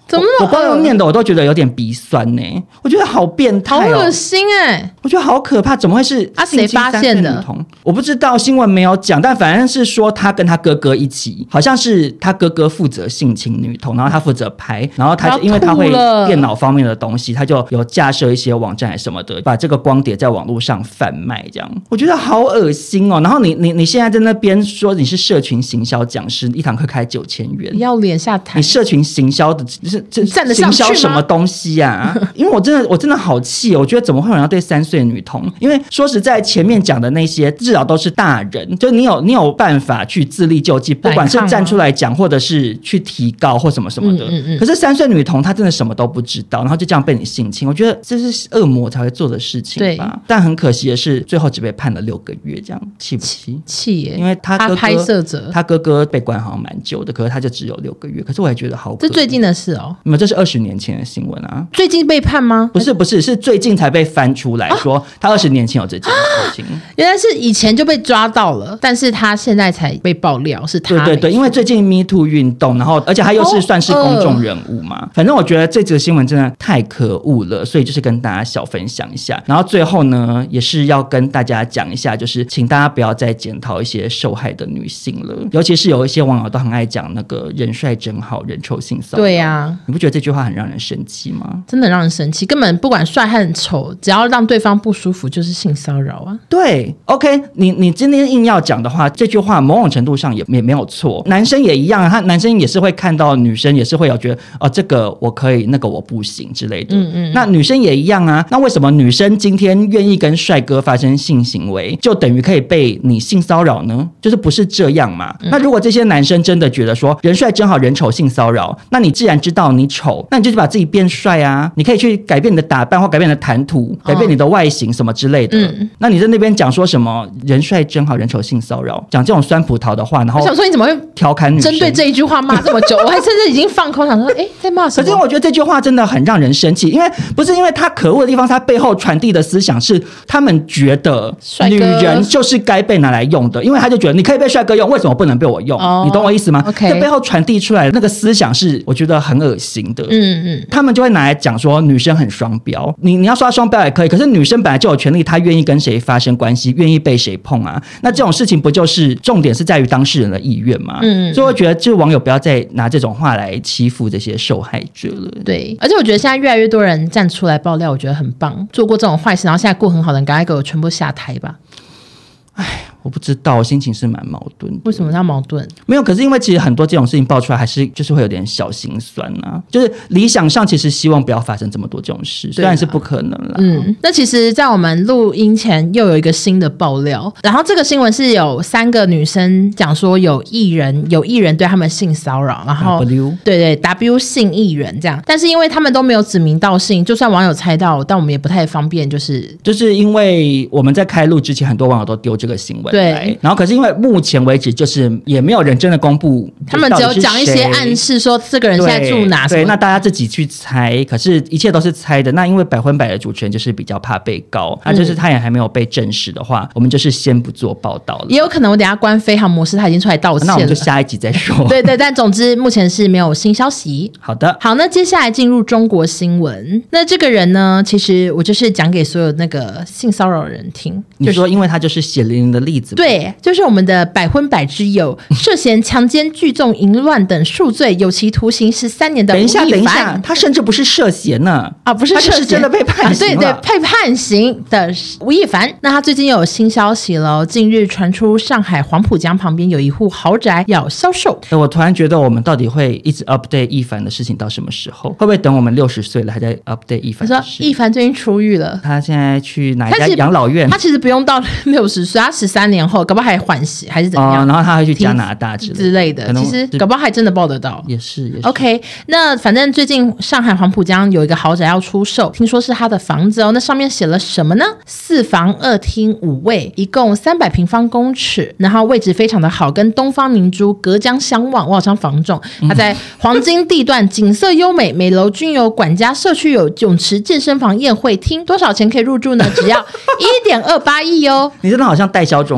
Speaker 3: 怎么那么
Speaker 2: 我光用念的我都觉得有点鼻酸呢，我觉得好变态
Speaker 3: 好恶心
Speaker 2: 我觉得好可怕，怎么会是
Speaker 3: 谁发现的？
Speaker 2: 我不知道，新闻没有讲，但反正是说他跟他哥哥一起，好像是他哥哥负责性侵女童，然后他负责拍，然后他因为他会电脑方面的东西，他就有架设一些网站什么的，把这个光碟在网络上贩卖，这样我觉得好恶心然后你现在在那边说你是社群行销讲师，一堂课开9000元，
Speaker 3: 要脸下台，
Speaker 2: 你社群行销的这
Speaker 3: 站得上去吗？
Speaker 2: 行销什么东西啊？因为我真的好气我觉得怎么会有人要对3岁女童？因为说实在，前面讲的那些至少都是大人，就你有办法去自力救济，不管是站出来讲，或者是去提告或什么什么的。可是3岁女童她真的什么都不知道，然后就这样被你性侵，我觉得这是恶魔才会做的事情吧。但很可惜的是，最后只被判了6个月，这样气不气？气
Speaker 3: 耶！
Speaker 2: 因为他
Speaker 3: 拍摄者，
Speaker 2: 他哥哥被关好像蛮久的，可是他就只有6个月。可是我也觉得好可怜，
Speaker 3: 这最近的事
Speaker 2: 没有，这是20年前的新闻啊。
Speaker 3: 最近被判吗？
Speaker 2: 不是，是最近才被翻出来说他20年前有这件事情。
Speaker 3: 原来是以前就被抓到了，但是他现在才被爆料是他。
Speaker 2: 对，因为最近 Me Too 运动，然后而且他又是算是公众人物嘛，反正我觉得这则新闻真的太可恶了，所以就是跟大家小分享一下。然后最后呢，也是要跟大家讲一下，就是请大家不要再检讨一些受害的女性了，尤其是有一些网友都很爱讲那个人帅真好人丑性骚扰。
Speaker 3: 对啊，
Speaker 2: 你不觉得这句话很让人生气吗？
Speaker 3: 真的让人生气，根本不管帅和丑，只要让对方不舒服就是性骚扰啊。
Speaker 2: 对 OK， 你今天硬要讲的话，这句话某种程度上也没有错，男生也一样，男生也是会看到女生也是会有觉得这个我可以，那个我不行之类的。那女生也一样啊，那为什么女生今天愿意跟帅哥发生性行为，就等于可以被你性骚扰呢？就是不是这样嘛？那如果这些男生真的觉得说人帅真好人丑性骚扰，那你既然知道你丑，那你就把自己变帅啊，你可以去改变你的打扮或改变你的谈吐，改变你的外形什么之类的。那你在那边讲说什么人帅真好人丑性骚扰，讲这种酸葡萄的话，然后
Speaker 3: 我想说你怎么会
Speaker 2: 调侃女生，
Speaker 3: 针对这一句话骂这么久？我还甚至已经放空想说在骂什么？
Speaker 2: 可是我觉得这句话真的很让人生气，因为不是因为他可恶的地方，他背后传递的思想是他们觉得女人就是该被拿来用的，因为他就觉得你可以被帅哥用，为什么不能被我用？你懂我意思吗？这背后传递出来的那个思想是我觉得很恶心的。他们就会拿来讲说女生很双标，你要说她双标也可以，可是女生本来就有权利，她愿意跟谁发生关系，愿意被谁碰啊，那这种事情不就是重点是在于当事人的意愿吗？所以我觉得这网友不要再拿这种话来欺负这些受害者了。
Speaker 3: 对，而且我觉得现在越来越多人站出来爆料，我觉得很棒，做过这种坏事然后现在过很好的人赶快给我全部下台吧。
Speaker 2: 我不知道，我心情是蛮矛盾的。
Speaker 3: 为什么要矛盾？
Speaker 2: 没有，可是因为其实很多这种事情爆出来，还是就是会有点小心酸啊。就是理想上其实希望不要发生这么多这种事，虽然是不可能啦。
Speaker 3: 那其实在我们录音前又有一个新的爆料，然后这个新闻是有3个女生讲说有艺人对他们性骚扰，然后对 W 性艺人这样，但是因为他们都没有指名道姓，就算网友猜到，但我们也不太方便，就是
Speaker 2: 因为我们在开录之前，很多网友都丢这个新闻。对，然后可是因为目前为止就是也没有人真的公布，
Speaker 3: 他们只有讲一些暗示说这个人现在住哪，
Speaker 2: 对，那大家自己去猜，可是一切都是猜的。那因为百分百的主持人就是比较怕被告，那就是他也还没有被证实的话，我们就是先不做报道了。
Speaker 3: 也有可能我等一下关飞航模式，他已经出来道歉了，
Speaker 2: 那我们就下一集再说。
Speaker 3: 对，但总之目前是没有新消息。
Speaker 2: 好的，
Speaker 3: 好，那接下来进入中国新闻。那这个人呢，其实我就是讲给所有那个性骚扰的人听。
Speaker 2: 你说因为他就是血淋淋的例子吗？
Speaker 3: 对，就是我们的百分百之友，涉嫌强奸、聚众、淫乱等数罪，有期徒刑13年的吴亦凡。
Speaker 2: 等一下，他甚至不是涉嫌呢，
Speaker 3: 不是涉嫌，
Speaker 2: 他就是真的被判刑了。
Speaker 3: 对，被判刑的吴亦凡。那他最近又有新消息了，近日传出上海黄浦江旁边有一户豪宅要销售。
Speaker 2: 我突然觉得我们到底会一直 update 亦凡的事情到什么时候？会不会等我们60岁了还在 update 亦凡的事？
Speaker 3: 说亦凡最近出狱了，
Speaker 2: 他现在去哪一家养老院？
Speaker 3: 他其实不用到60岁，他13年后搞不好还缓刑还是怎样，
Speaker 2: 然后他会去加拿大之类
Speaker 3: 的，其实搞不好还真的报得到。
Speaker 2: 也是
Speaker 3: OK， 那反正最近上海黄浦江有一个豪宅要出售，听说是他的房子那上面写了什么呢？4房2厅5卫，一共300平方公尺，然后位置非常的好，跟东方明珠隔江相望，我好像房仲。它在黄金地段，景色优美，每楼均有管家，社区有泳池、健身房、宴会厅。多少钱可以入住呢？只要1.28亿哦。
Speaker 2: 你真的好像代销中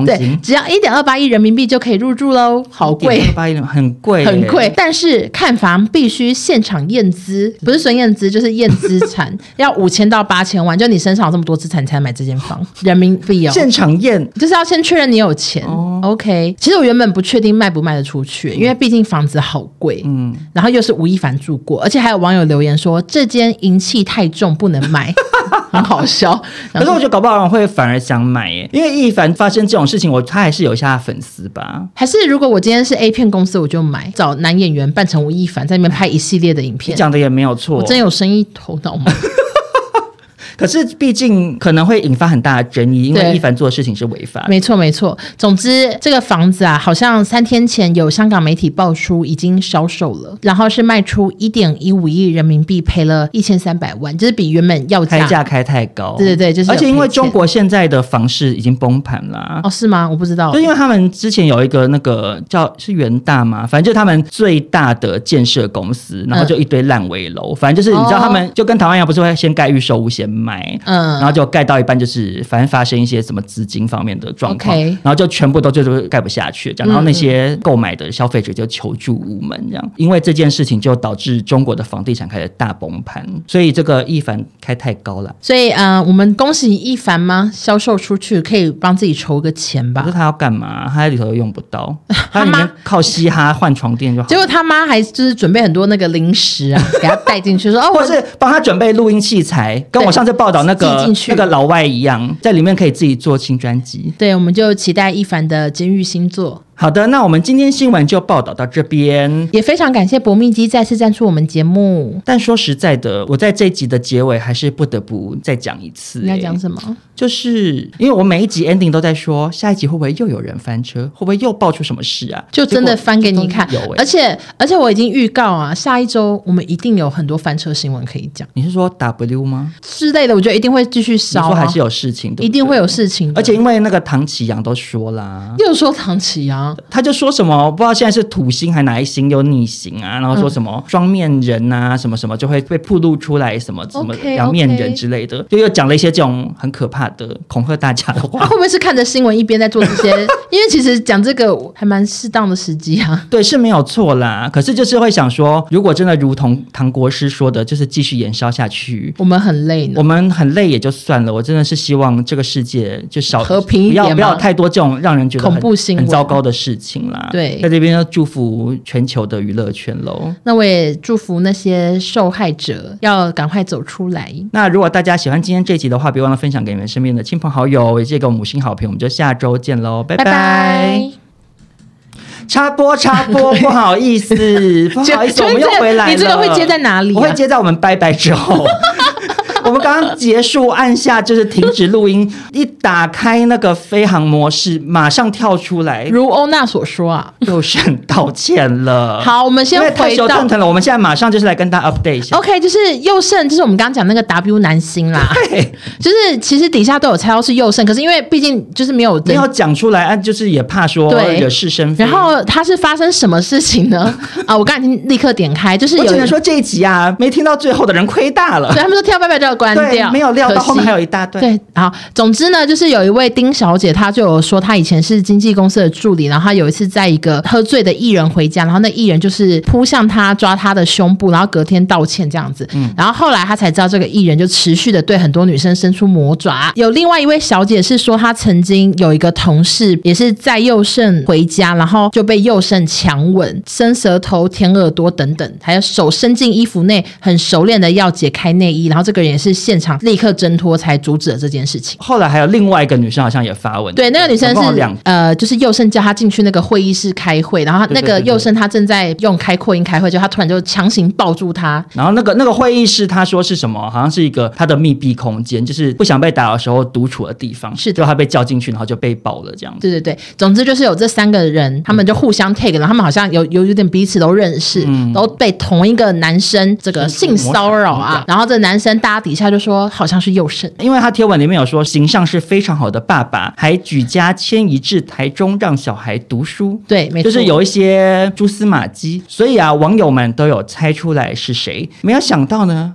Speaker 2: 公斤，
Speaker 3: 对，只要1.28亿人民币就可以入住喽，好贵
Speaker 2: ，1.28亿很贵，
Speaker 3: 很贵。但是看房必须现场验资，不是纯验资就是验资产，要5000到8000万，就你身上有这么多资产才买这间房，人民币哦，
Speaker 2: 现场验
Speaker 3: 就是要先确认你有钱。OK， 其实我原本不确定卖不卖得出去，因为毕竟房子好贵，然后又是吴亦凡住过，而且还有网友留言说这间阴气太重不能买，很好笑。
Speaker 2: 可是我觉得搞不好人会反而想买耶，因为亦凡发生这种事情，他还是有一下粉丝吧。
Speaker 3: 还是如果我今天是 A 片公司，我就买，找男演员扮成吴亦凡，在那边拍一系列的影片。
Speaker 2: 你讲的也没有错，
Speaker 3: 我真有生意头脑吗？
Speaker 2: 可是毕竟可能会引发很大的争议，因为亦凡做的事情是违法的。
Speaker 3: 没错没错。总之这个房子啊，好像3天前有香港媒体爆出已经销售了，然后是卖出1.15亿人民币，赔了1300万，就是比原本要
Speaker 2: 开价开太高。
Speaker 3: 对对对，就是
Speaker 2: 而且因为中国现在的房市已经崩盘了。
Speaker 3: 哦，是吗？我不知道。
Speaker 2: 就因为他们之前有一个那个是元大吗？反正就是他们最大的建设公司，然后就一堆烂尾楼，反正就是你知道他们就跟台湾一样，不是会先盖预售屋先买，然后就盖到一半，就是反正发生一些什么资金方面的状况，然后就全部都就是盖不下去，这样，然后那些购买的消费者就求助无门，这样，因为这件事情就导致中国的房地产开始大崩盘，所以这个亦凡开太高了，
Speaker 3: 所以我们恭喜亦凡吗？销售出去可以帮自己筹个钱吧。
Speaker 2: 可是他要干嘛？他在里头又用不到，他里面靠嘻哈换床垫就好。
Speaker 3: 结果他妈还就是准备很多那个零食啊，给他带进去，说
Speaker 2: 或是帮他准备录音器材，跟我上次报道那个老外一样，在里面可以自己做新专辑。
Speaker 3: 对，我们就期待亦凡的监狱新作。
Speaker 2: 好的，那我们今天新闻就报道到这边，
Speaker 3: 也非常感谢博蜜姬再次赞助我们节目。
Speaker 2: 但说实在的，我在这一集的结尾还是不得不再讲一次。
Speaker 3: 你要讲什么？
Speaker 2: 就是因为我每一集 ending 都在说下一集会不会又有人翻车，会不会又爆出什么事啊？
Speaker 3: 就真的翻给你看。而且我已经预告啊，下一周我们一定有很多翻车新闻可以讲。
Speaker 2: 你是说 W 吗？
Speaker 3: 之类的，我觉得一定会继续烧。
Speaker 2: 你说还是有事情的，
Speaker 3: 一定会有事情的。
Speaker 2: 而且因为那个唐启阳都说啦，
Speaker 3: 又说唐启阳。
Speaker 2: 他就说什么不知道现在是土星还哪一星又逆行啊，然后说什么双面人啊，什么什么就会被暴露出来，什么什么两面人之类的，就又讲了一些这种很可怕的恐吓大家的话。
Speaker 3: 他会不会是看着新闻一边在做这些？因为其实讲这个还蛮适当的时机啊。
Speaker 2: 对，是没有错啦。可是就是会想说，如果真的如同唐国师说的，就是继续延烧下去，
Speaker 3: 我们很累呢。
Speaker 2: 我们很累也就算了，我真的是希望这个世界就少
Speaker 3: 和平一点，
Speaker 2: 不要太多这种让人觉得
Speaker 3: 恐怖新闻
Speaker 2: 很糟糕的事情啦。对，在这边要祝福全球的娱乐圈喽。
Speaker 3: 那我也祝福那些受害者要赶快走出来。
Speaker 2: 那如果大家喜欢今天这集的话，别忘了分享给你们身边的亲朋好友，也借给我们5星好评。我们就下周见喽，拜拜。插播，不好意思，不好意思，我们又回来了。
Speaker 3: 你这个会接在哪里啊？
Speaker 2: 我会接在我们拜拜之后。我们刚刚结束，按下就是停止录音，一打开那个飞行模式，马上跳出来。
Speaker 3: 如欧娜所说啊，
Speaker 2: 佑胜道歉了。
Speaker 3: 好，我们先回到，
Speaker 2: 因为太久腾腾了，我们现在马上就是来跟大家 update 一下。
Speaker 3: OK， 就是佑胜，就是我们刚刚讲那个 W 男星啦。对，就是其实底下都有猜到是佑胜，可是因为毕竟就是没有
Speaker 2: 讲出来，就是也怕说惹是生非。
Speaker 3: 然后他是发生什么事情呢？啊，我刚才已经立刻点开，就是
Speaker 2: 我只能说这一集啊，没听到最后的人亏大了。
Speaker 3: 对，他们说跳拜拜就要关掉，
Speaker 2: 没有料到后面还有一大堆。
Speaker 3: 对，好，总之呢，就是有一位丁小姐，她就有说她以前是经纪公司的助理，然后她有一次在一个喝醉的艺人回家，然后那艺人就是扑向她，抓她的胸部，然后隔天道歉这样子。然后后来她才知道这个艺人就持续的对很多女生伸出魔爪。有另外一位小姐是说，她曾经有一个同事也是在佑胜回家，然后就被佑胜强吻、伸舌头、舔耳朵等等，还有手伸进衣服内，很熟练的要解开内衣，然后这个人也是现场立刻挣脱才阻止了这件事情。
Speaker 2: 后来还有另外一个女生好像也发文，
Speaker 3: 对，那个女生是就是佑胜叫她进去那个会议室开会，然后那个佑胜她正在用开扩音开会，就她突然就强行抱住她，
Speaker 2: 然后那个会议室她说是什么，好像是一个她的密闭空间，就是不想被打扰的时候独处的地方，是就她被叫进去，然后就被抱了这样子。
Speaker 3: 对对对，总之就是有这3个人，他们就互相 take， 然后他们好像有点彼此都认识，都被同一个男生这个性骚扰啊，然后这男生大家底下就说好像是佑胜，
Speaker 2: 因为他贴文里面有说形象是非常好的爸爸，还举家迁移至台中让小孩读书。
Speaker 3: 对，没错，
Speaker 2: 就是有一些蛛丝马迹，所以啊，网友们都有猜出来是谁。没有想到呢，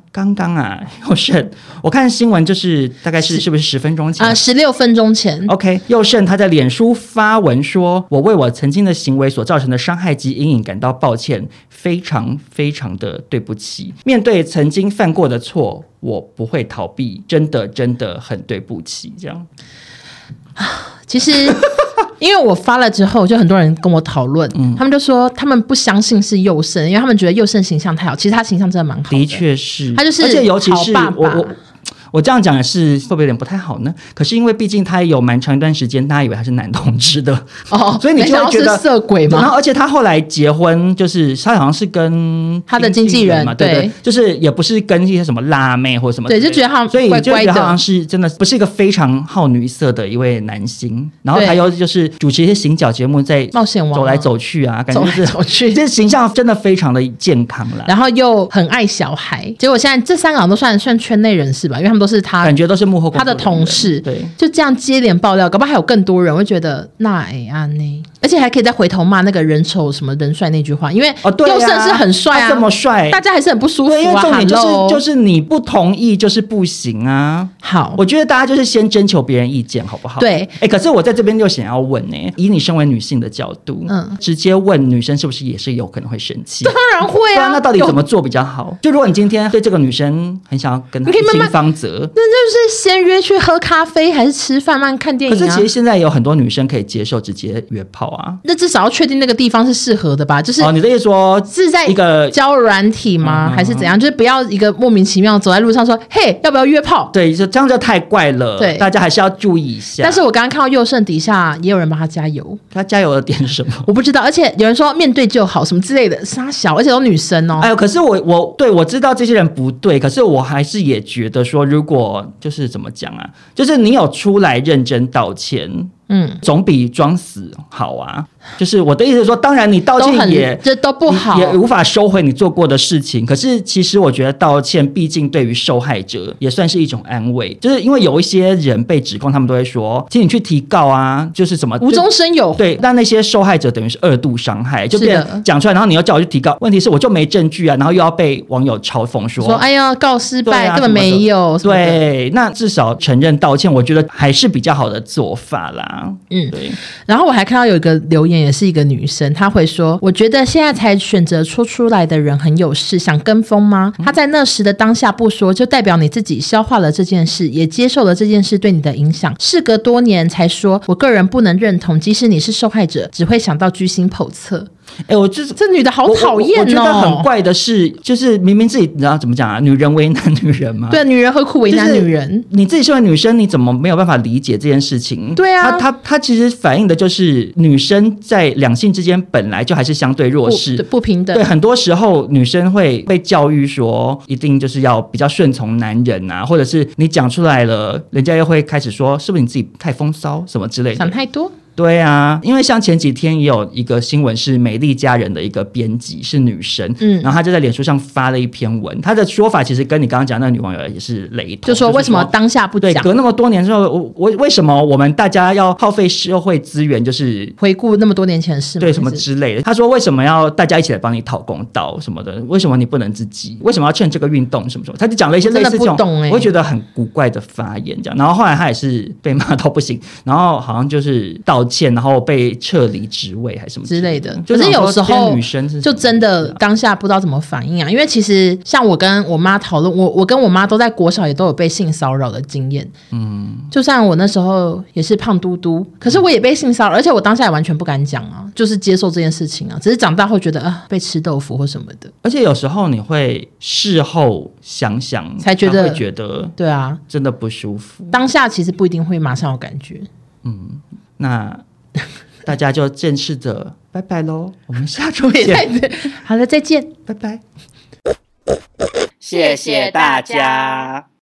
Speaker 2: 刚刚啊，佑胜，我看新闻就是大概是不是10分钟前
Speaker 3: 16分钟前
Speaker 2: OK， 佑胜他在脸书发文说，我为我曾经的行为所造成的伤害及阴影感到抱歉，非常非常的对不起，面对曾经犯过的错，我不会逃避，真的很对不起，这样。
Speaker 3: 其实因为我发了之后就很多人跟我讨论，他们就说他们不相信是佑胜，因为他们觉得佑胜形象太好，其实他形象真的蛮好的，
Speaker 2: 的确是，
Speaker 3: 他就是
Speaker 2: 而且尤其是
Speaker 3: 好爸爸。
Speaker 2: 我这样讲也是会不会有点不太好呢？可是因为毕竟他有蛮长一段时间，大家以为他是男同志的所以你就会觉得
Speaker 3: 是色鬼吗？
Speaker 2: 然后而且他后来结婚，就是他好像是跟
Speaker 3: 他的经纪人
Speaker 2: 嘛，对，就是也不是跟一些什么辣妹或什么，
Speaker 3: 对，就觉得他
Speaker 2: 所以就觉得他好像是真的不是一个非常好女色的一位男星。然后他又就是主持一些行脚节目，在
Speaker 3: 冒险王
Speaker 2: 走来走去啊，感觉就是
Speaker 3: 走去，
Speaker 2: 这形象真的非常的健康啦。
Speaker 3: 然后又很爱小孩，结果现在这3个人都算圈内人士吧，因为他们都是他
Speaker 2: 感觉都是幕后工作人员，
Speaker 3: 他的同事，
Speaker 2: 对，
Speaker 3: 就这样接连爆料，搞不好还有更多人会觉得那呢，而且还可以再回头骂那个人丑什么人帅那句话，因为佑胜是很帅啊，
Speaker 2: 这么帅，
Speaker 3: 大家还是很不舒服啊。
Speaker 2: 对，因为重点就是你不同意就是不行啊。
Speaker 3: 好，
Speaker 2: 我觉得大家就是先征求别人意见，好不好？
Speaker 3: 对，
Speaker 2: 可是我在这边就想要问呢，以你身为女性的角度，直接问女生是不是也是有可能会生气？
Speaker 3: 当然会啊。
Speaker 2: 那到底怎么做比较好？就如果你今天对这个女生很想要跟她一心芳泽，
Speaker 3: 那就是先约去喝咖啡还是吃饭、慢看电影啊？
Speaker 2: 可是其实现在有很多女生可以接受直接约炮啊。
Speaker 3: 那至少要确定那个地方是适合的吧？就是
Speaker 2: 你的意思说
Speaker 3: 是在
Speaker 2: 一个
Speaker 3: 交友软体吗？还是怎样？就是不要一个莫名其妙走在路上说嘿要不要约炮？
Speaker 2: 对，这样就太怪了。
Speaker 3: 对，
Speaker 2: 大家还是要注意一下。
Speaker 3: 但是我刚刚看到佑胜底下也有人帮他加油，
Speaker 2: 他加油的点是什么？
Speaker 3: 我不知道。而且有人说面对就好什么之类的，傻小，而且都女生哦。
Speaker 2: 哎呦，可是我知道这些人不对，可是我还是也觉得说，如果就是怎么讲啊，就是你有出来认真道歉。总比装死好啊。就是我的意思是说，当然你道歉
Speaker 3: 这都不好，
Speaker 2: 也无法收回你做过的事情。可是其实我觉得道歉，毕竟对于受害者也算是一种安慰。就是因为有一些人被指控，他们都会说，请你去提告啊，就是什么
Speaker 3: 无中生有。
Speaker 2: 对，但那些受害者等于是2度伤害，就变讲出来，然后你要叫我去提告，问题是我就没证据啊，然后又要被网友嘲讽说
Speaker 3: 哎呀告失败，根本没有。
Speaker 2: 对，那至少承认道歉，我觉得还是比较好的做法啦。对。
Speaker 3: 然后我还看到有一个留言，也是一个女生，她会说，我觉得现在才选择说出来的人很有事，想跟风吗？她在那时的当下不说，就代表你自己消化了这件事，也接受了这件事对你的影响。事隔多年才说，我个人不能认同，即使你是受害者，只会想到居心叵测。
Speaker 2: 我就是
Speaker 3: 这女的好讨厌哦！
Speaker 2: 我觉得很怪的是，就是明明自己你知道怎么讲啊，女人为难女人嘛。
Speaker 3: 对，女人何苦为难女人？
Speaker 2: 就是你自己身为女生，你怎么没有办法理解这件事情？
Speaker 3: 对啊，
Speaker 2: 她其实反映的就是女生在两性之间本来就还是相对弱势、
Speaker 3: 不平等。
Speaker 2: 对，很多时候女生会被教育说，一定就是要比较顺从男人啊，或者是你讲出来了，人家又会开始说，是不是你自己太风骚什么之类的，
Speaker 3: 想太多。
Speaker 2: 对啊，因为像前几天也有一个新闻是美丽佳人的一个编辑是女生，然后她就在脸书上发了一篇文，她的说法其实跟你刚刚讲那个女网友也是雷同，
Speaker 3: 就说为什么当下不讲？
Speaker 2: 对，隔那么多年之后，为什么我们大家要耗费社会资源，就是
Speaker 3: 回顾那么多年前的事，
Speaker 2: 对什么之类的？她说为什么要大家一起来帮你讨公道什么的？为什么你不能自己？为什么要趁这个运动什么什么？她就讲了一些类似这种，我会觉得很古怪的发言这样。然后后来她也是被骂到不行，然后好像就是道歉，然后被撤离职位还是什么
Speaker 3: 之类的。
Speaker 2: 可
Speaker 3: 是有时候
Speaker 2: 女生
Speaker 3: 就真的当下不知道怎么反应啊。因为其实像我跟我妈讨论，我跟我妈都在国小也都有被性骚扰的经验。就像我那时候也是胖嘟嘟，可是我也被性骚扰，而且我当下也完全不敢讲啊，就是接受这件事情啊。只是长大会觉得被吃豆腐或什么的。而
Speaker 2: 且有时候你会事后想想
Speaker 3: 才觉得对啊，
Speaker 2: 真的不舒服。
Speaker 3: 当下其实不一定会马上有感觉。
Speaker 2: 那大家就正式的拜拜咯，我们下周见。
Speaker 3: 好了，再见，
Speaker 2: 拜拜。
Speaker 1: 谢谢大家。